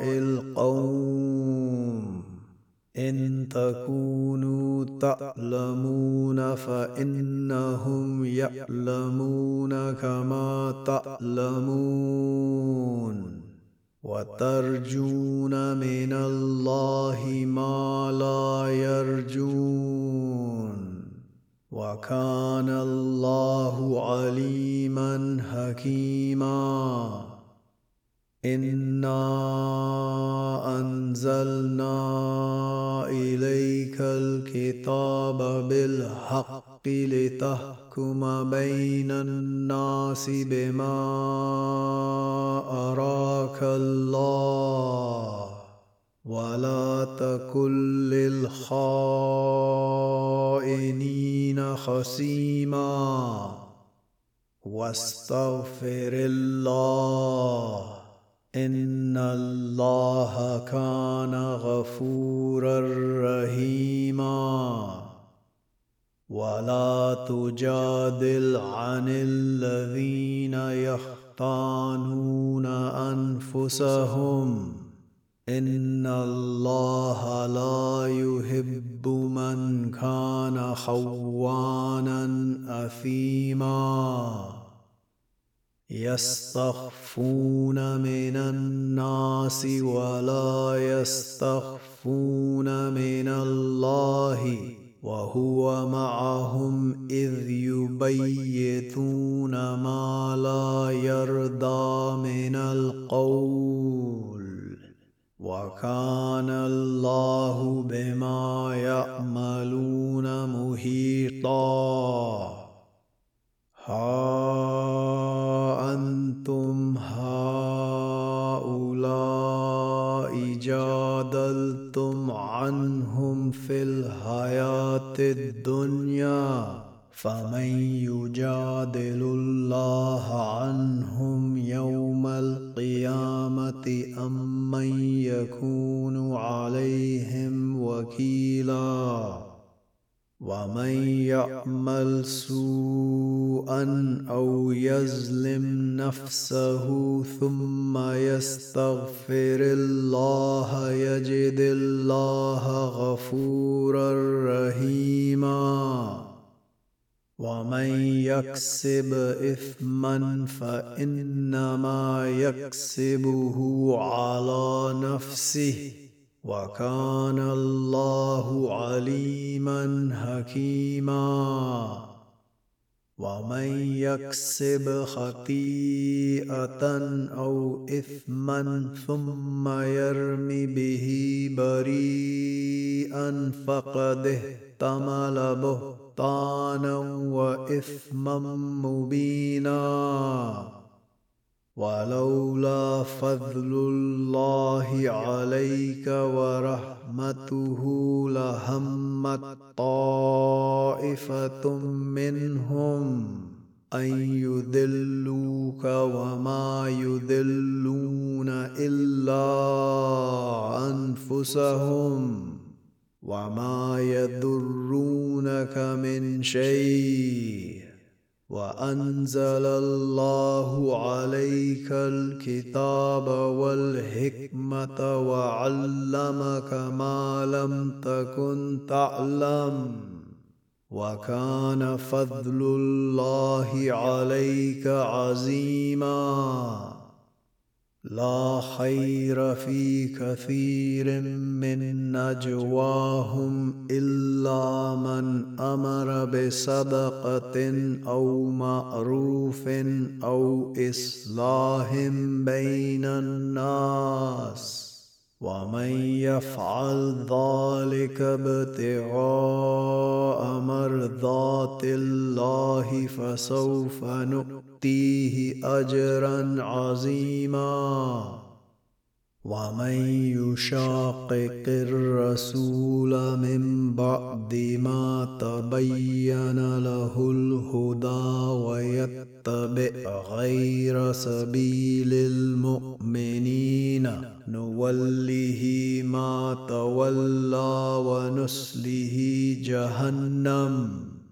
القوم إن تكونوا تعلمون فإنهم يعلمون كما تعلمون وترجون من الله ما لا يرجون وكان الله عليما حكيما إنا أنزلنا إليك الكتاب بالحق لتحكم بين الناس بما أراك الله ولا تكن للخائنين خصيما واستغفر الله إن الله كان غفورا رحيما ولا تجادل عن الذين يخافون يختانون أنفسهم إن الله لا يحب من كان خوانا أثيما يستخفون من الناس ولا يستخفون من الله وهو معهم إذ يبيتون ما لا يرضى من القول وكان الله بما يعملون محيطا ها أنتم هؤلاء جادلتم عنهم في الحياة الدنيا فمن يجادل الله عنهم يوم القيامة أم من يكون عليهم وكيلا ومن يعمل سوءا أو يظلم نفسه ثم يستغفر الله يجد الله غفورا رحيما ومن يكسب إثما فإنما يكسبه على نفسه وكان الله عليما حكيما ومن يكسب خطيئة أو إثما ثم يرم به بريئا فقد احتمل بهتانا وإثما مبينا ولولا فضل الله عليك ورحمته لهمت طائفة منهم أن يذلوك وما يذلون إلا أنفسهم وما يضرونك من شيء وأنزل الله عليك الكتاب والحكمة وعلمك ما لم تكن تعلم وكان فضل الله عليك عظيما لا خير في كثير من نجواهم إلا من أمر بصدقة أو معروف أو إصلاح بين الناس ومن يفعل ذلك ابتغاء مرضات الله فسوف نؤتيه أجرا عظيما ومن يشاقق الرسول من بعد ما تبين له الهدى ويتبع غير سبيل المؤمنين نوله ما تولى ونصله جهنم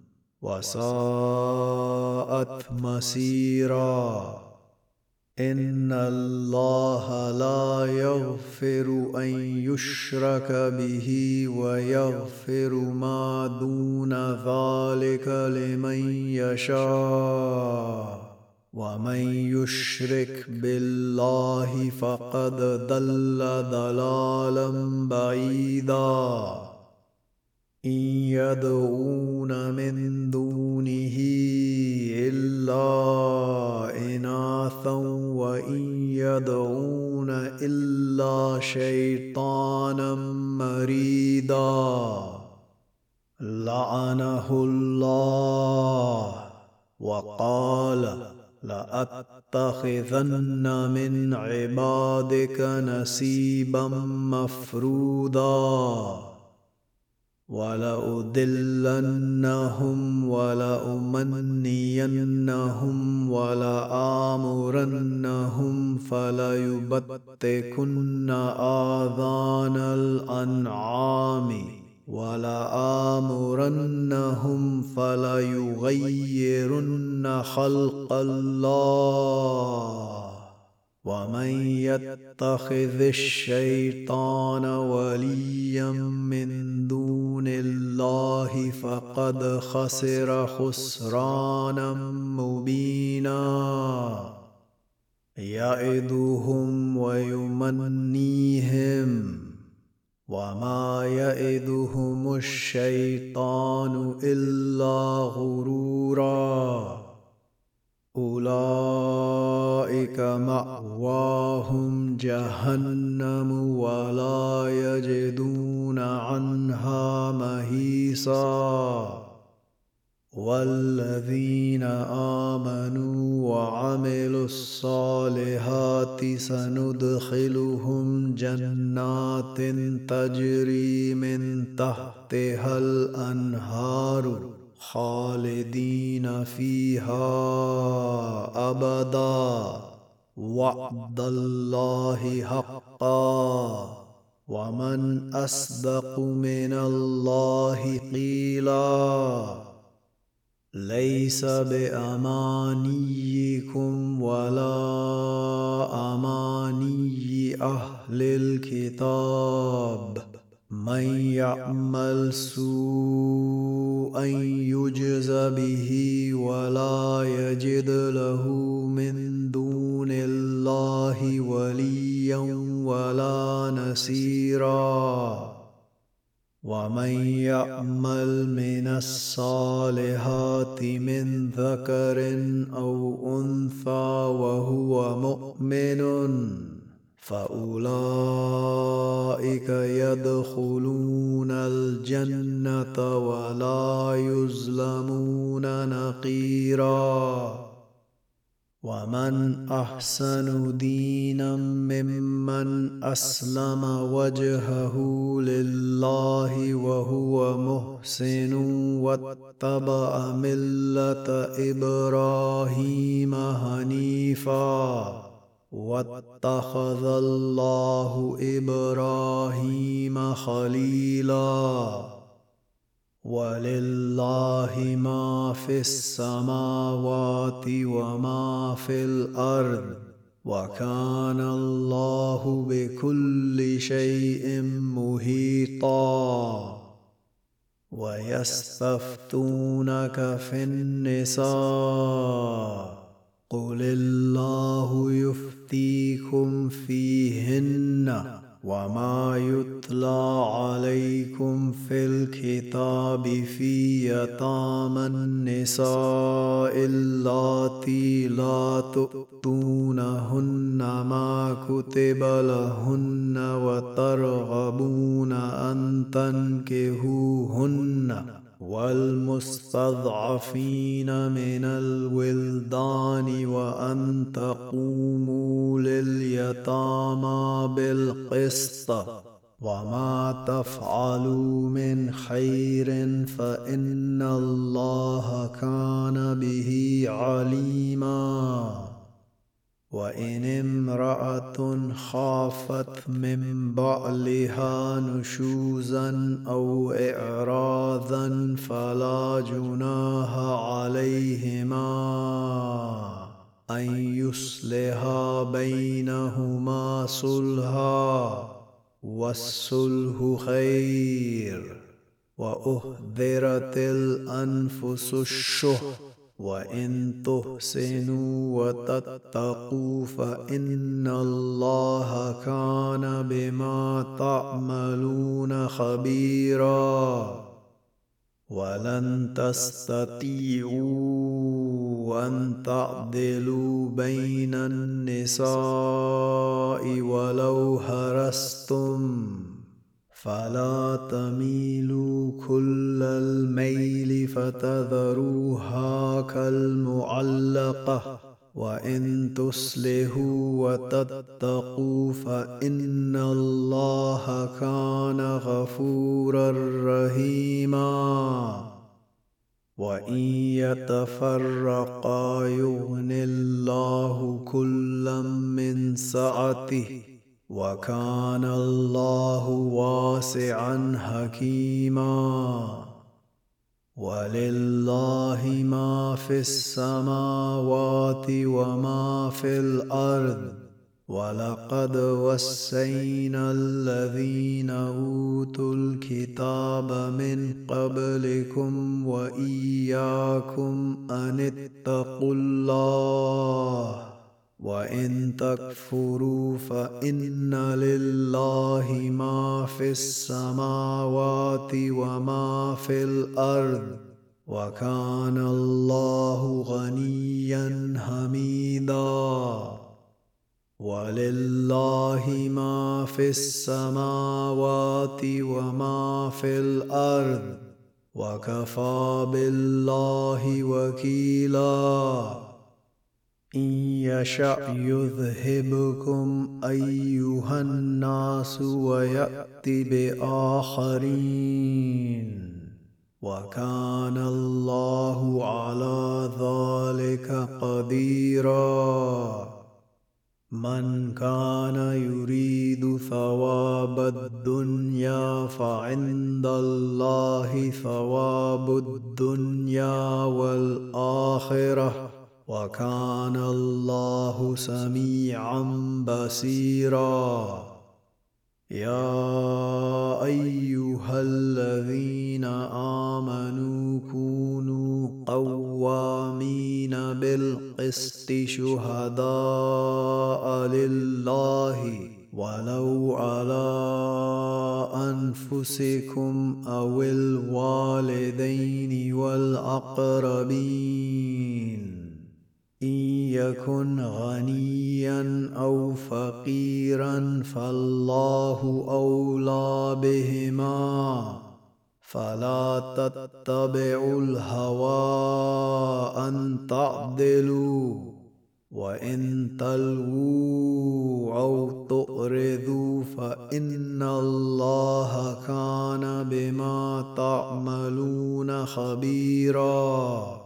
وساءت مصيرا إن الله لا يغفر أن يشرك به ويغفر ما دون ذلك لمن يشاء ومن يشرك بالله فقد ضل ضلالا بعيدا إن يدعون من دونه إلا إناثا وإن يدعون إلا شيطانا مريدا لعنه الله وقال لأتخذن من عبادك نصيبا مفروضا ولأضلنهم ولأمنينهم ولآمرنهم فليبتكن آذان الأنعام ولآمرنهم فليغيرن خلق الله ومن يتخذ الشيطان وليا من دون الله فقد خسر خسرانا مبينا يعدهم ويمنيهم وما يعدهم الشيطان إلا غرورا أولئك مأواهم جهنم ولا يجدون عنها محيصا والذين آمنوا وعملوا الصالحات سندخلهم جنات تجري من تحتها الأنهار خالدين فيها أبدا وعد الله حقا ومن أصدق من الله قيلا ليس بأمانيكم ولا أماني أهل الكتاب من يعمل سوءا يجز به ولا يجد له من دون الله وليا ولا نصيرا ومن يعمل من الصالحات من ذكر أو أنثى وهو مؤمن فأولئك يدخلون الجنة ولا يظلمون نقيرا ومن أحسن دينا ممن أسلم وجهه لله وهو محسن واتبع ملة إبراهيم حنيفا واتخذ الله إبراهيم خليلا ولله ما في السماوات وما في الأرض وكان الله بكل شيء محيطا ويستفتونك في النساء قل الله يفتيكم فيهن وما يتلى عليكم في الكتاب في يتامى النساء اللاتي لا تؤتونهن ما كتب لهن وترغبون أن تنكحوهن والمستضعفين من الولدان وأن تقوموا لليتامى بالقسط وما تفعلوا من خير فإن الله كان به عليما وإن امرأة خافت من بعلها نشوزا أو إعراضا فلا جناح عليهما أن يصلحا بينهما صلحا والصلح خير وأحضرت الأنفس الشح وإن تحسنوا وتتقوا فإن الله كان بما تعملون خبيرا ولن تستطيعوا أن تعدلوا بين النساء ولو حرصتم فلا تميلوا كل الميل فتذروها كالمعلقة وإن تصلحوا وتتقوا فإن الله كان غفورا رحيما وإن يتفرقا يغن الله كلا من سعته وكان الله واسعا حكيما. ولله ما في السماوات وما في الأرض. ولقد وصينا الذين أوتوا الكتاب من قبلكم وإياكم أن اتقوا الله وإن تكفروا فإن لله ما في السماوات وما في الأرض وكان الله غنيا حميدا. ولله ما في السماوات وما في الأرض وكفى بالله وكيلا. إن يشأ يذهبكم أيها الناس ويأت بآخرين وكان الله على ذلك قديرا. من كان يريد ثواب الدنيا فعند الله ثواب الدنيا والآخرة وكان الله سميعا بصيرا. يا أيها الذين آمنوا كونوا قوامين بالقسط شهداء لله ولو على أنفسكم أو الوالدين والأقربين إن يكن غنيا أو فقيرا فالله أولى بهما فلا تتبعوا الهوى أن تعدلوا وإن تلووا أو تؤرضوا فإن الله كان بما تعملون خبيرا.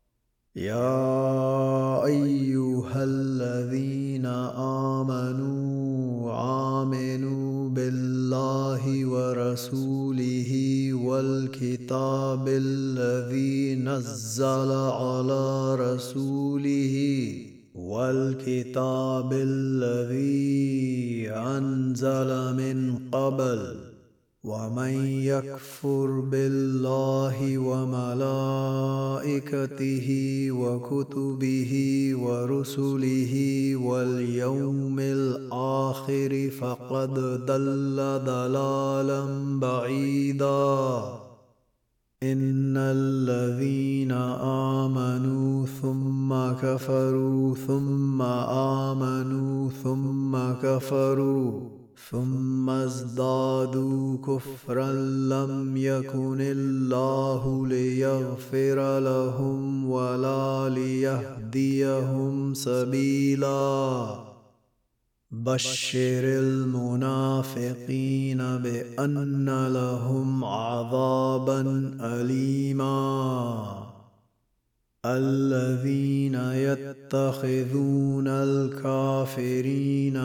يا أيها الذين آمنوا آمنوا بالله ورسوله والكتاب الذي نزل على رسوله والكتاب الذي أنزل من قبل ومن يكفر بالله وملائكته وكتبه ورسله واليوم الآخر فقد ضل ضلالا بعيدا. إن الذين آمنوا ثم كفروا ثم آمنوا ثم كفروا ثم ازدادوا كفرا لم يكن الله ليغفر لهم ولا ليهديهم سبيلا. بشر المنافقين بأن لهم عذابا أليما. الذين يتخذون الكافرين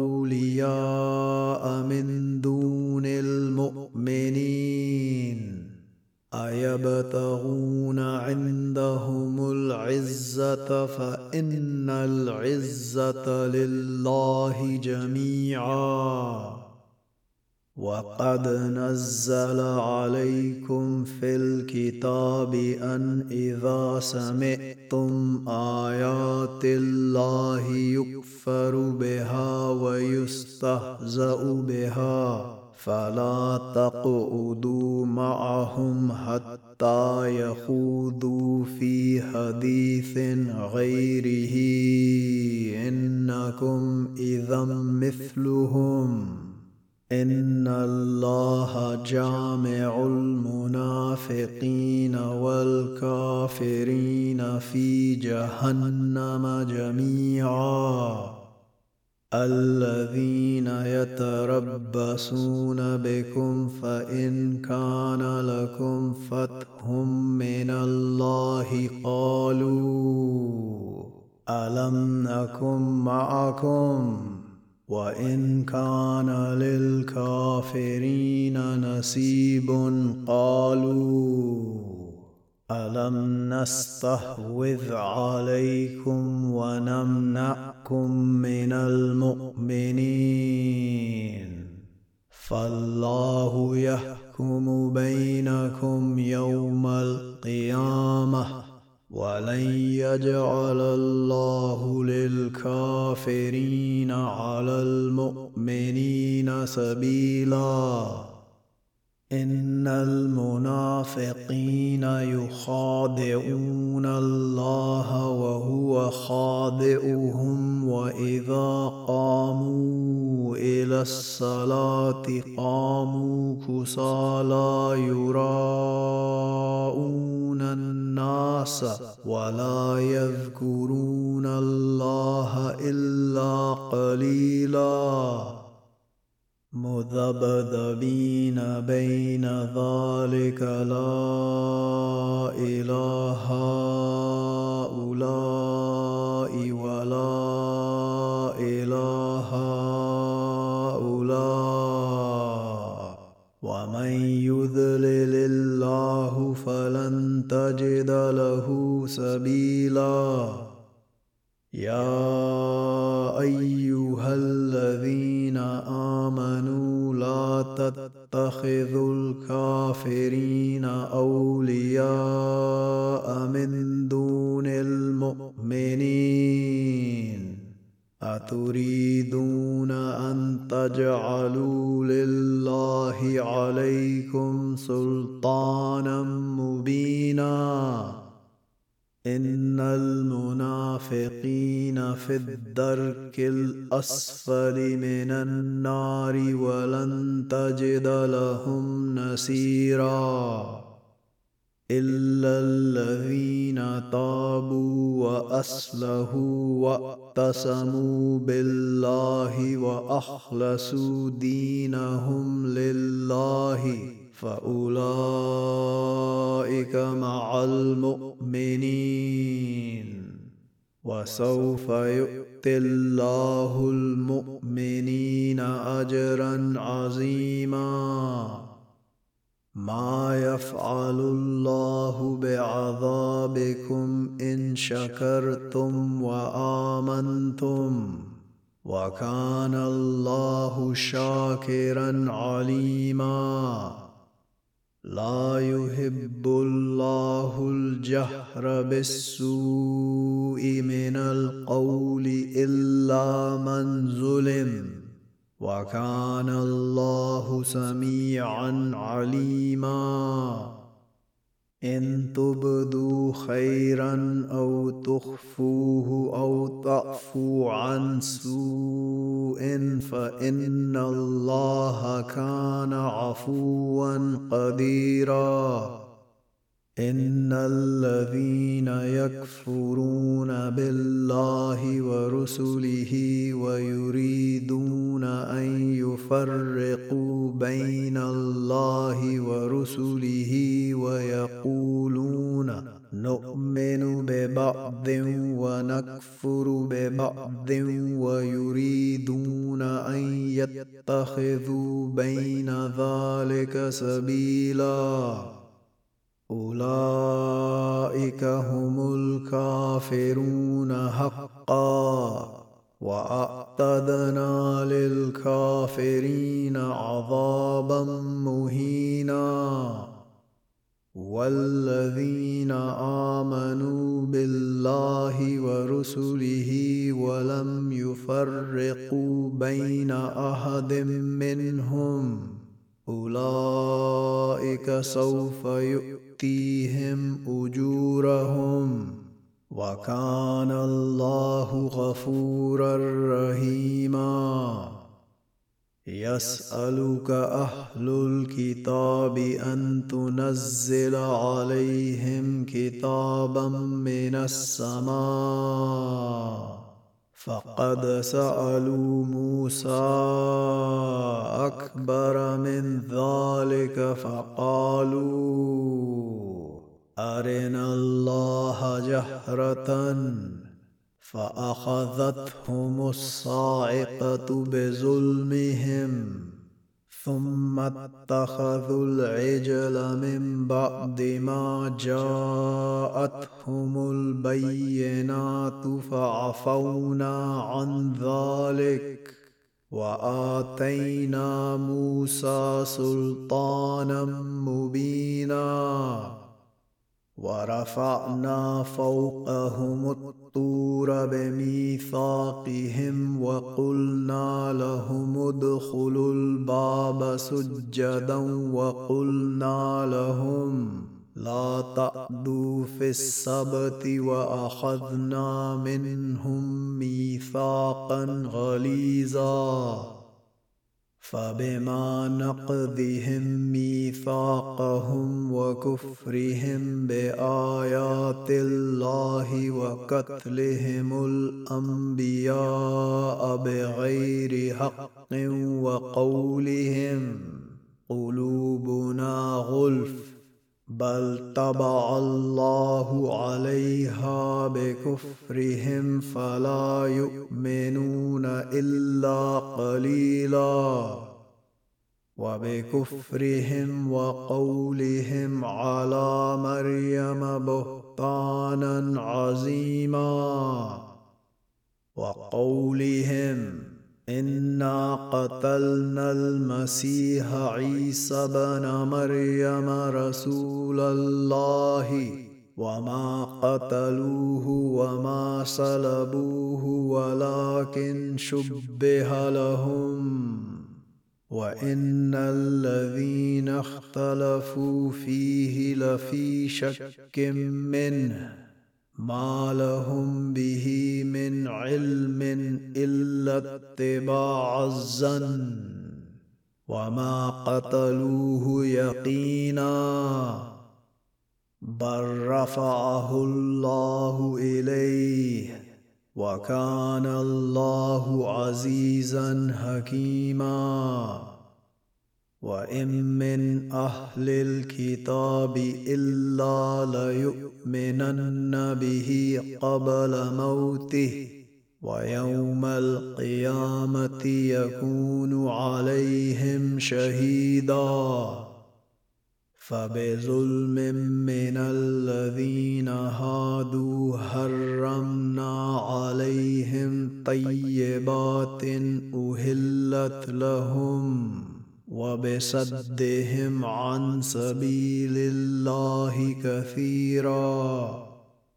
أولياء من دون المؤمنين أيبتغون عندهم العزة فإن العزة لله جميعا. وقد نزل عليكم في الكتاب أن إذا سمعتم آيات الله يكفر بها ويستهزأ بها فلا تقعدوا معهم حتى يخوضوا في حديث غيره إنكم إذا مثلهم. إن الله جامع المنافقين والكافرين في جهنم جميعا. الذين يتربصون بكم فإن كان لكم فتح من الله قالوا ألم نكن معكم وإن كان للكافرين نصيب قالوا ألم نستحوذ عليكم ونمنعكم من المؤمنين فالله يحكم بينكم يوم القيامة ولن يجعل الله للكافرين على المؤمنين سبيلا إن المنافقين يخادعون الله وهو خادعهم وإذا قاموا إلى الصلاة قاموا كسالى يراءون الناس ولا يذكرون الله إلا قليلا مذبذبين بين ذلك لا إله هؤلاء ولا إله هؤلاء ومن يضلل الله فلن تجد له سبيلا يا أيها الذين آمنوا لا تتخذوا الكافرين أولياء من دون المؤمنين أتريدون أن تجعلوا لله عليكم سلطانا مبينا إن المنافقين في الدرك الأسفل من النار ولن تجد لهم نصيرا إلا الذين تابوا وأصلحوا واعتصموا بالله وأخلصوا دينهم لله فأولئك مع المؤمنين وسوف يؤتي الله المؤمنين أجرا عظيما ما يفعل الله بعذابكم إن شكرتم وآمنتم وكان الله شاكرا عليما لا يحب الله الجهر بالسوء من القول إلا من ظلم وكان الله سميعا عليما إن تبدوا خيرا أو تخفوه أو تعفوا عن سوء فإن الله كان عفوا قديرا إن الذين يكفرون بالله ورسله ويريدون أن يفرقوا بين الله ورسله ويقولون نؤمن ببعض ونكفر ببعض ويريدون أن يتخذوا بين ذلك سبيلا أولئك هم الكافرون حقا وأعتدنا للكافرين عذابا مهينا والذين آمنوا بالله ورسله ولم يفرقوا بين أحد منهم أولئك سوف يؤتيهم أجورهم وكان الله غفورا رحيما يسألك أهل الكتاب أن تنزل عليهم كتابا من السماء فقد سألوا موسى أكبر من ذلك فقالوا أرنا الله جهرة فأخذتهم الصاعقة بظلمهم ثم اتخذوا العجل من بعد ما جاءتهم البينات فعفونا عن ذلك وآتينا موسى سلطانا مبينا ورفعنا فوقهم الطور بميثاقهم وقلنا لهم ادخلوا الباب سجدا وقلنا لهم لا تعدوا في السبت وأخذنا منهم ميثاقا غليظا فبما نقضهم ميثاقهم وكفرهم بآيات الله وقتلهم الأنبياء بغير حق وقولهم قلوبنا غلف بل طبع الله عليها بكفرهم فلا يؤمنون إلا قليلا وبكفرهم وقولهم على مريم بهتانا عظيما وقولهم إنا قتلنا المسيح عيسى بن مريم رسول الله وما قتلوه وما صلبوه ولكن شبه لهم وإن الذين اختلفوا فيه لفي شك منه ما لهم به من علم إلا اتباع الظن وما قتلوه يقينا بل رفعه الله إليه وكان الله عزيزا حكيما وإن من أهل الكتاب إلا ليؤمنن به قبل موته ويوم القيامة يكون عليهم شهيدا فبظلم من الذين هادوا حرمنا عليهم طيبات أهلت لهم وبصدهم عن سبيل الله كثيرا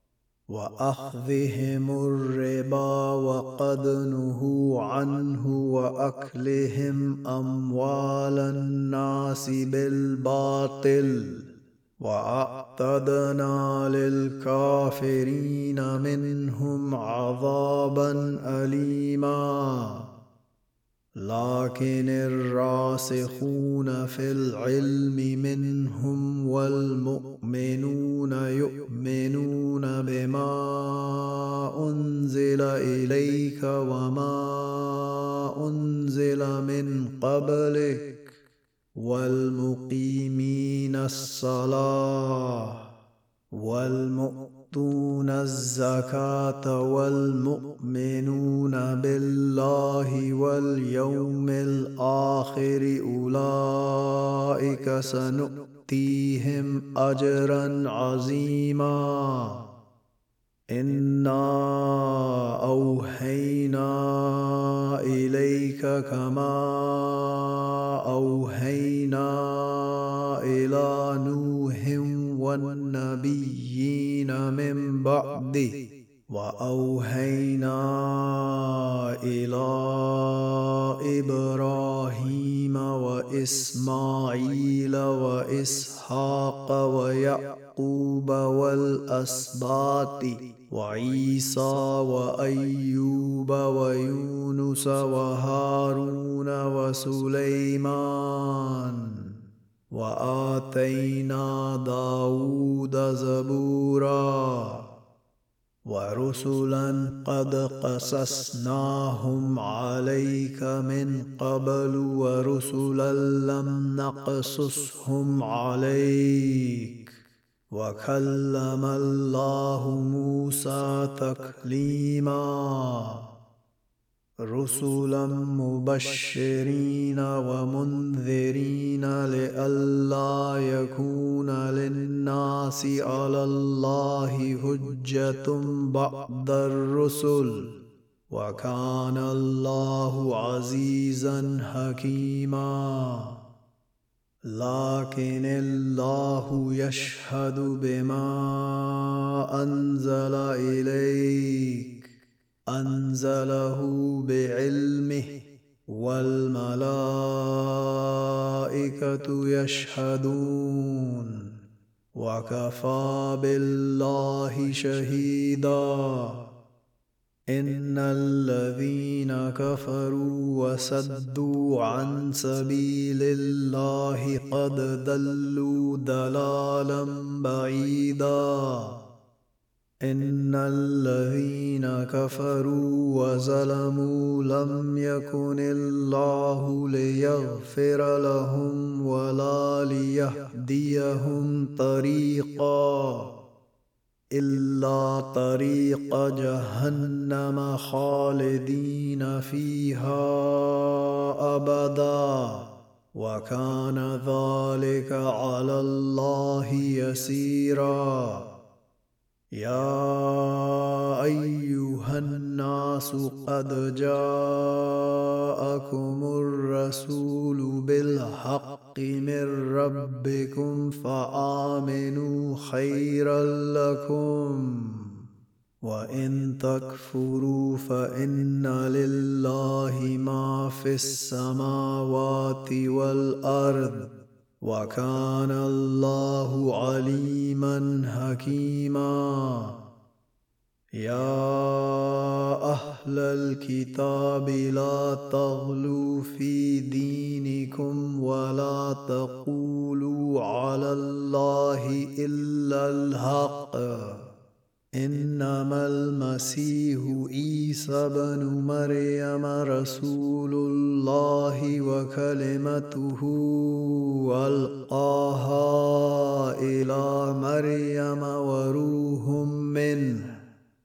وأخذهم الربا وقد نهوا عنه وأكلهم أموال الناس بالباطل وأعتدنا للكافرين منهم عذابا أليما لكن الراسخون في العلم منهم والمؤمنون يؤمنون بما أنزل إليك وما أنزل من قبلك والمقيمين الصلاة والمؤتون الزكاة والمؤمنون بالله واليوم الآخر أولئك سنؤتيهم أجرا عظيما إنا أوحينا إليك كما أوحينا إلى نوح والنبيين من بعده وأوحينا إلى إبراهيم وإسماعيل وإسحاق ويعقوب والأسباط وعيسى وأيوب ويونس وهارون وسليمان وآتينا داود زبورا ورسلا قد قصصناهم عليك من قبل ورسلا لم نقصصهم عليك وكلم الله موسى تكليما رسلا مبشرين ومنذرين لئلا يكون للناس على الله حجة بعد الرسل وكان الله عزيزا حكيما. لكن الله يشهد بما أنزل إليك أنزله بعلمه والملائكة يشهدون وكفى بالله شهيدا. إن الذين كفروا وصدوا عن سبيل الله قد ضلوا ضلالا بعيدا. إن الذين كفروا وظلموا لم يكن الله ليغفر لهم ولا ليهديهم طريقا إلا طريق جهنم خالدين فيها أبدا وكان ذلك على الله يسيرا. يا أيها الناس قد جاءكم الرسول بالحق من ربكم فآمنوا خيرا لكم وإن تكفروا فإن لله ما في السماوات والأرض وكان الله عليما حكيما. يا أهل الكتاب لا تغلوا في دينكم ولا تقولوا على الله إلا الحق. إنما المسيح عيسى بن مريم رسول الله وكلمته ألقاها إلى مريم وروح منه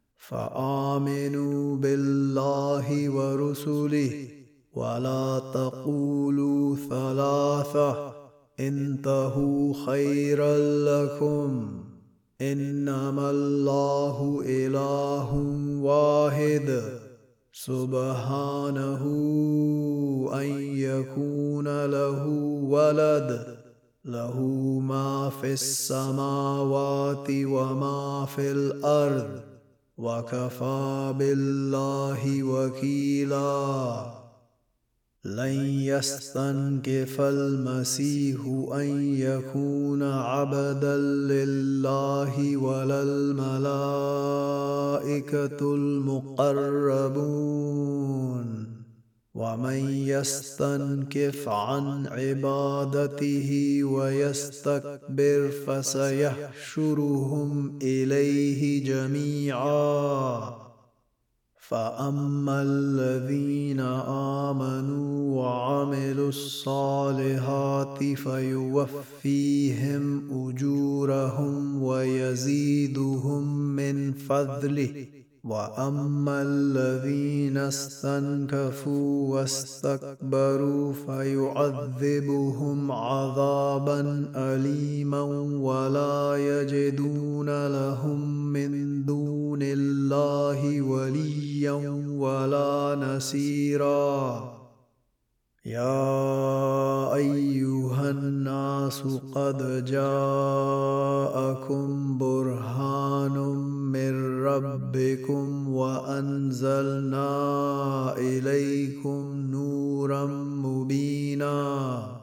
فآمنوا بالله ورسله ولا تقولوا ثلاثة انتهوا خيرا لكم. إنما الله إله واحد سبحانه أن يكون له ولد له ما في السماوات وما في الأرض وكفى بالله وكيلا. لن يستنكف المسيح أن يكون عبدا لله ولا الملائكة المقربون ومن يستنكف عن عبادته ويستكبر فسيحشرهم إليه جميعا. فأما الذين آمنوا وعملوا الصالحات فيوفيهم أجورهم ويزيدهم من فضله. وأما الذين استنكفوا واستكبروا فيعذبهم عذابا أليما ولا يجدون لهم من دون الله وليا ولا نصيرا. يا أيها الناس قد جاءكم برهان من ربكم وأنزلنا إليكم نورا مبينا.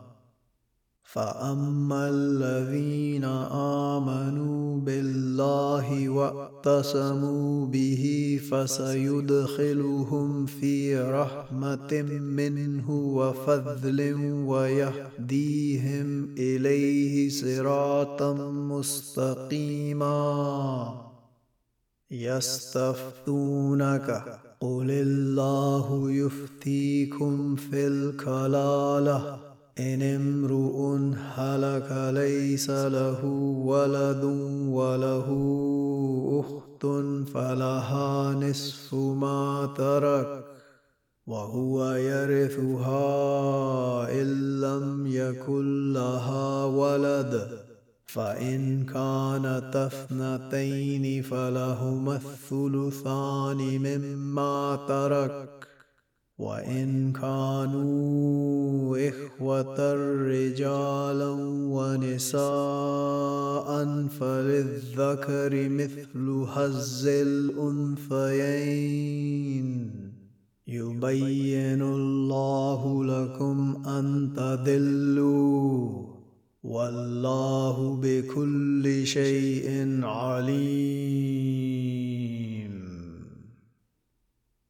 فأما الذين آمنوا بالله واعتصموا به فسيدخلهم في رحمة منه وفضل ويهديهم إليه صراطا مستقيما. يستفتونك قل الله يفتيكم في الكلالة إن امرؤ هلك ليس له ولد وله أخت فلها نصف ما ترك وهو يرثها إن لم يكن لها ولد، فإن كانتا اثنتين فلهما الثلثان مما ترك، وإن كانوا إخوة رجالا ونساء فللذكر مثل حظ الأنثيين. يبين الله لكم أن تضلوا والله بكل شيء عليم.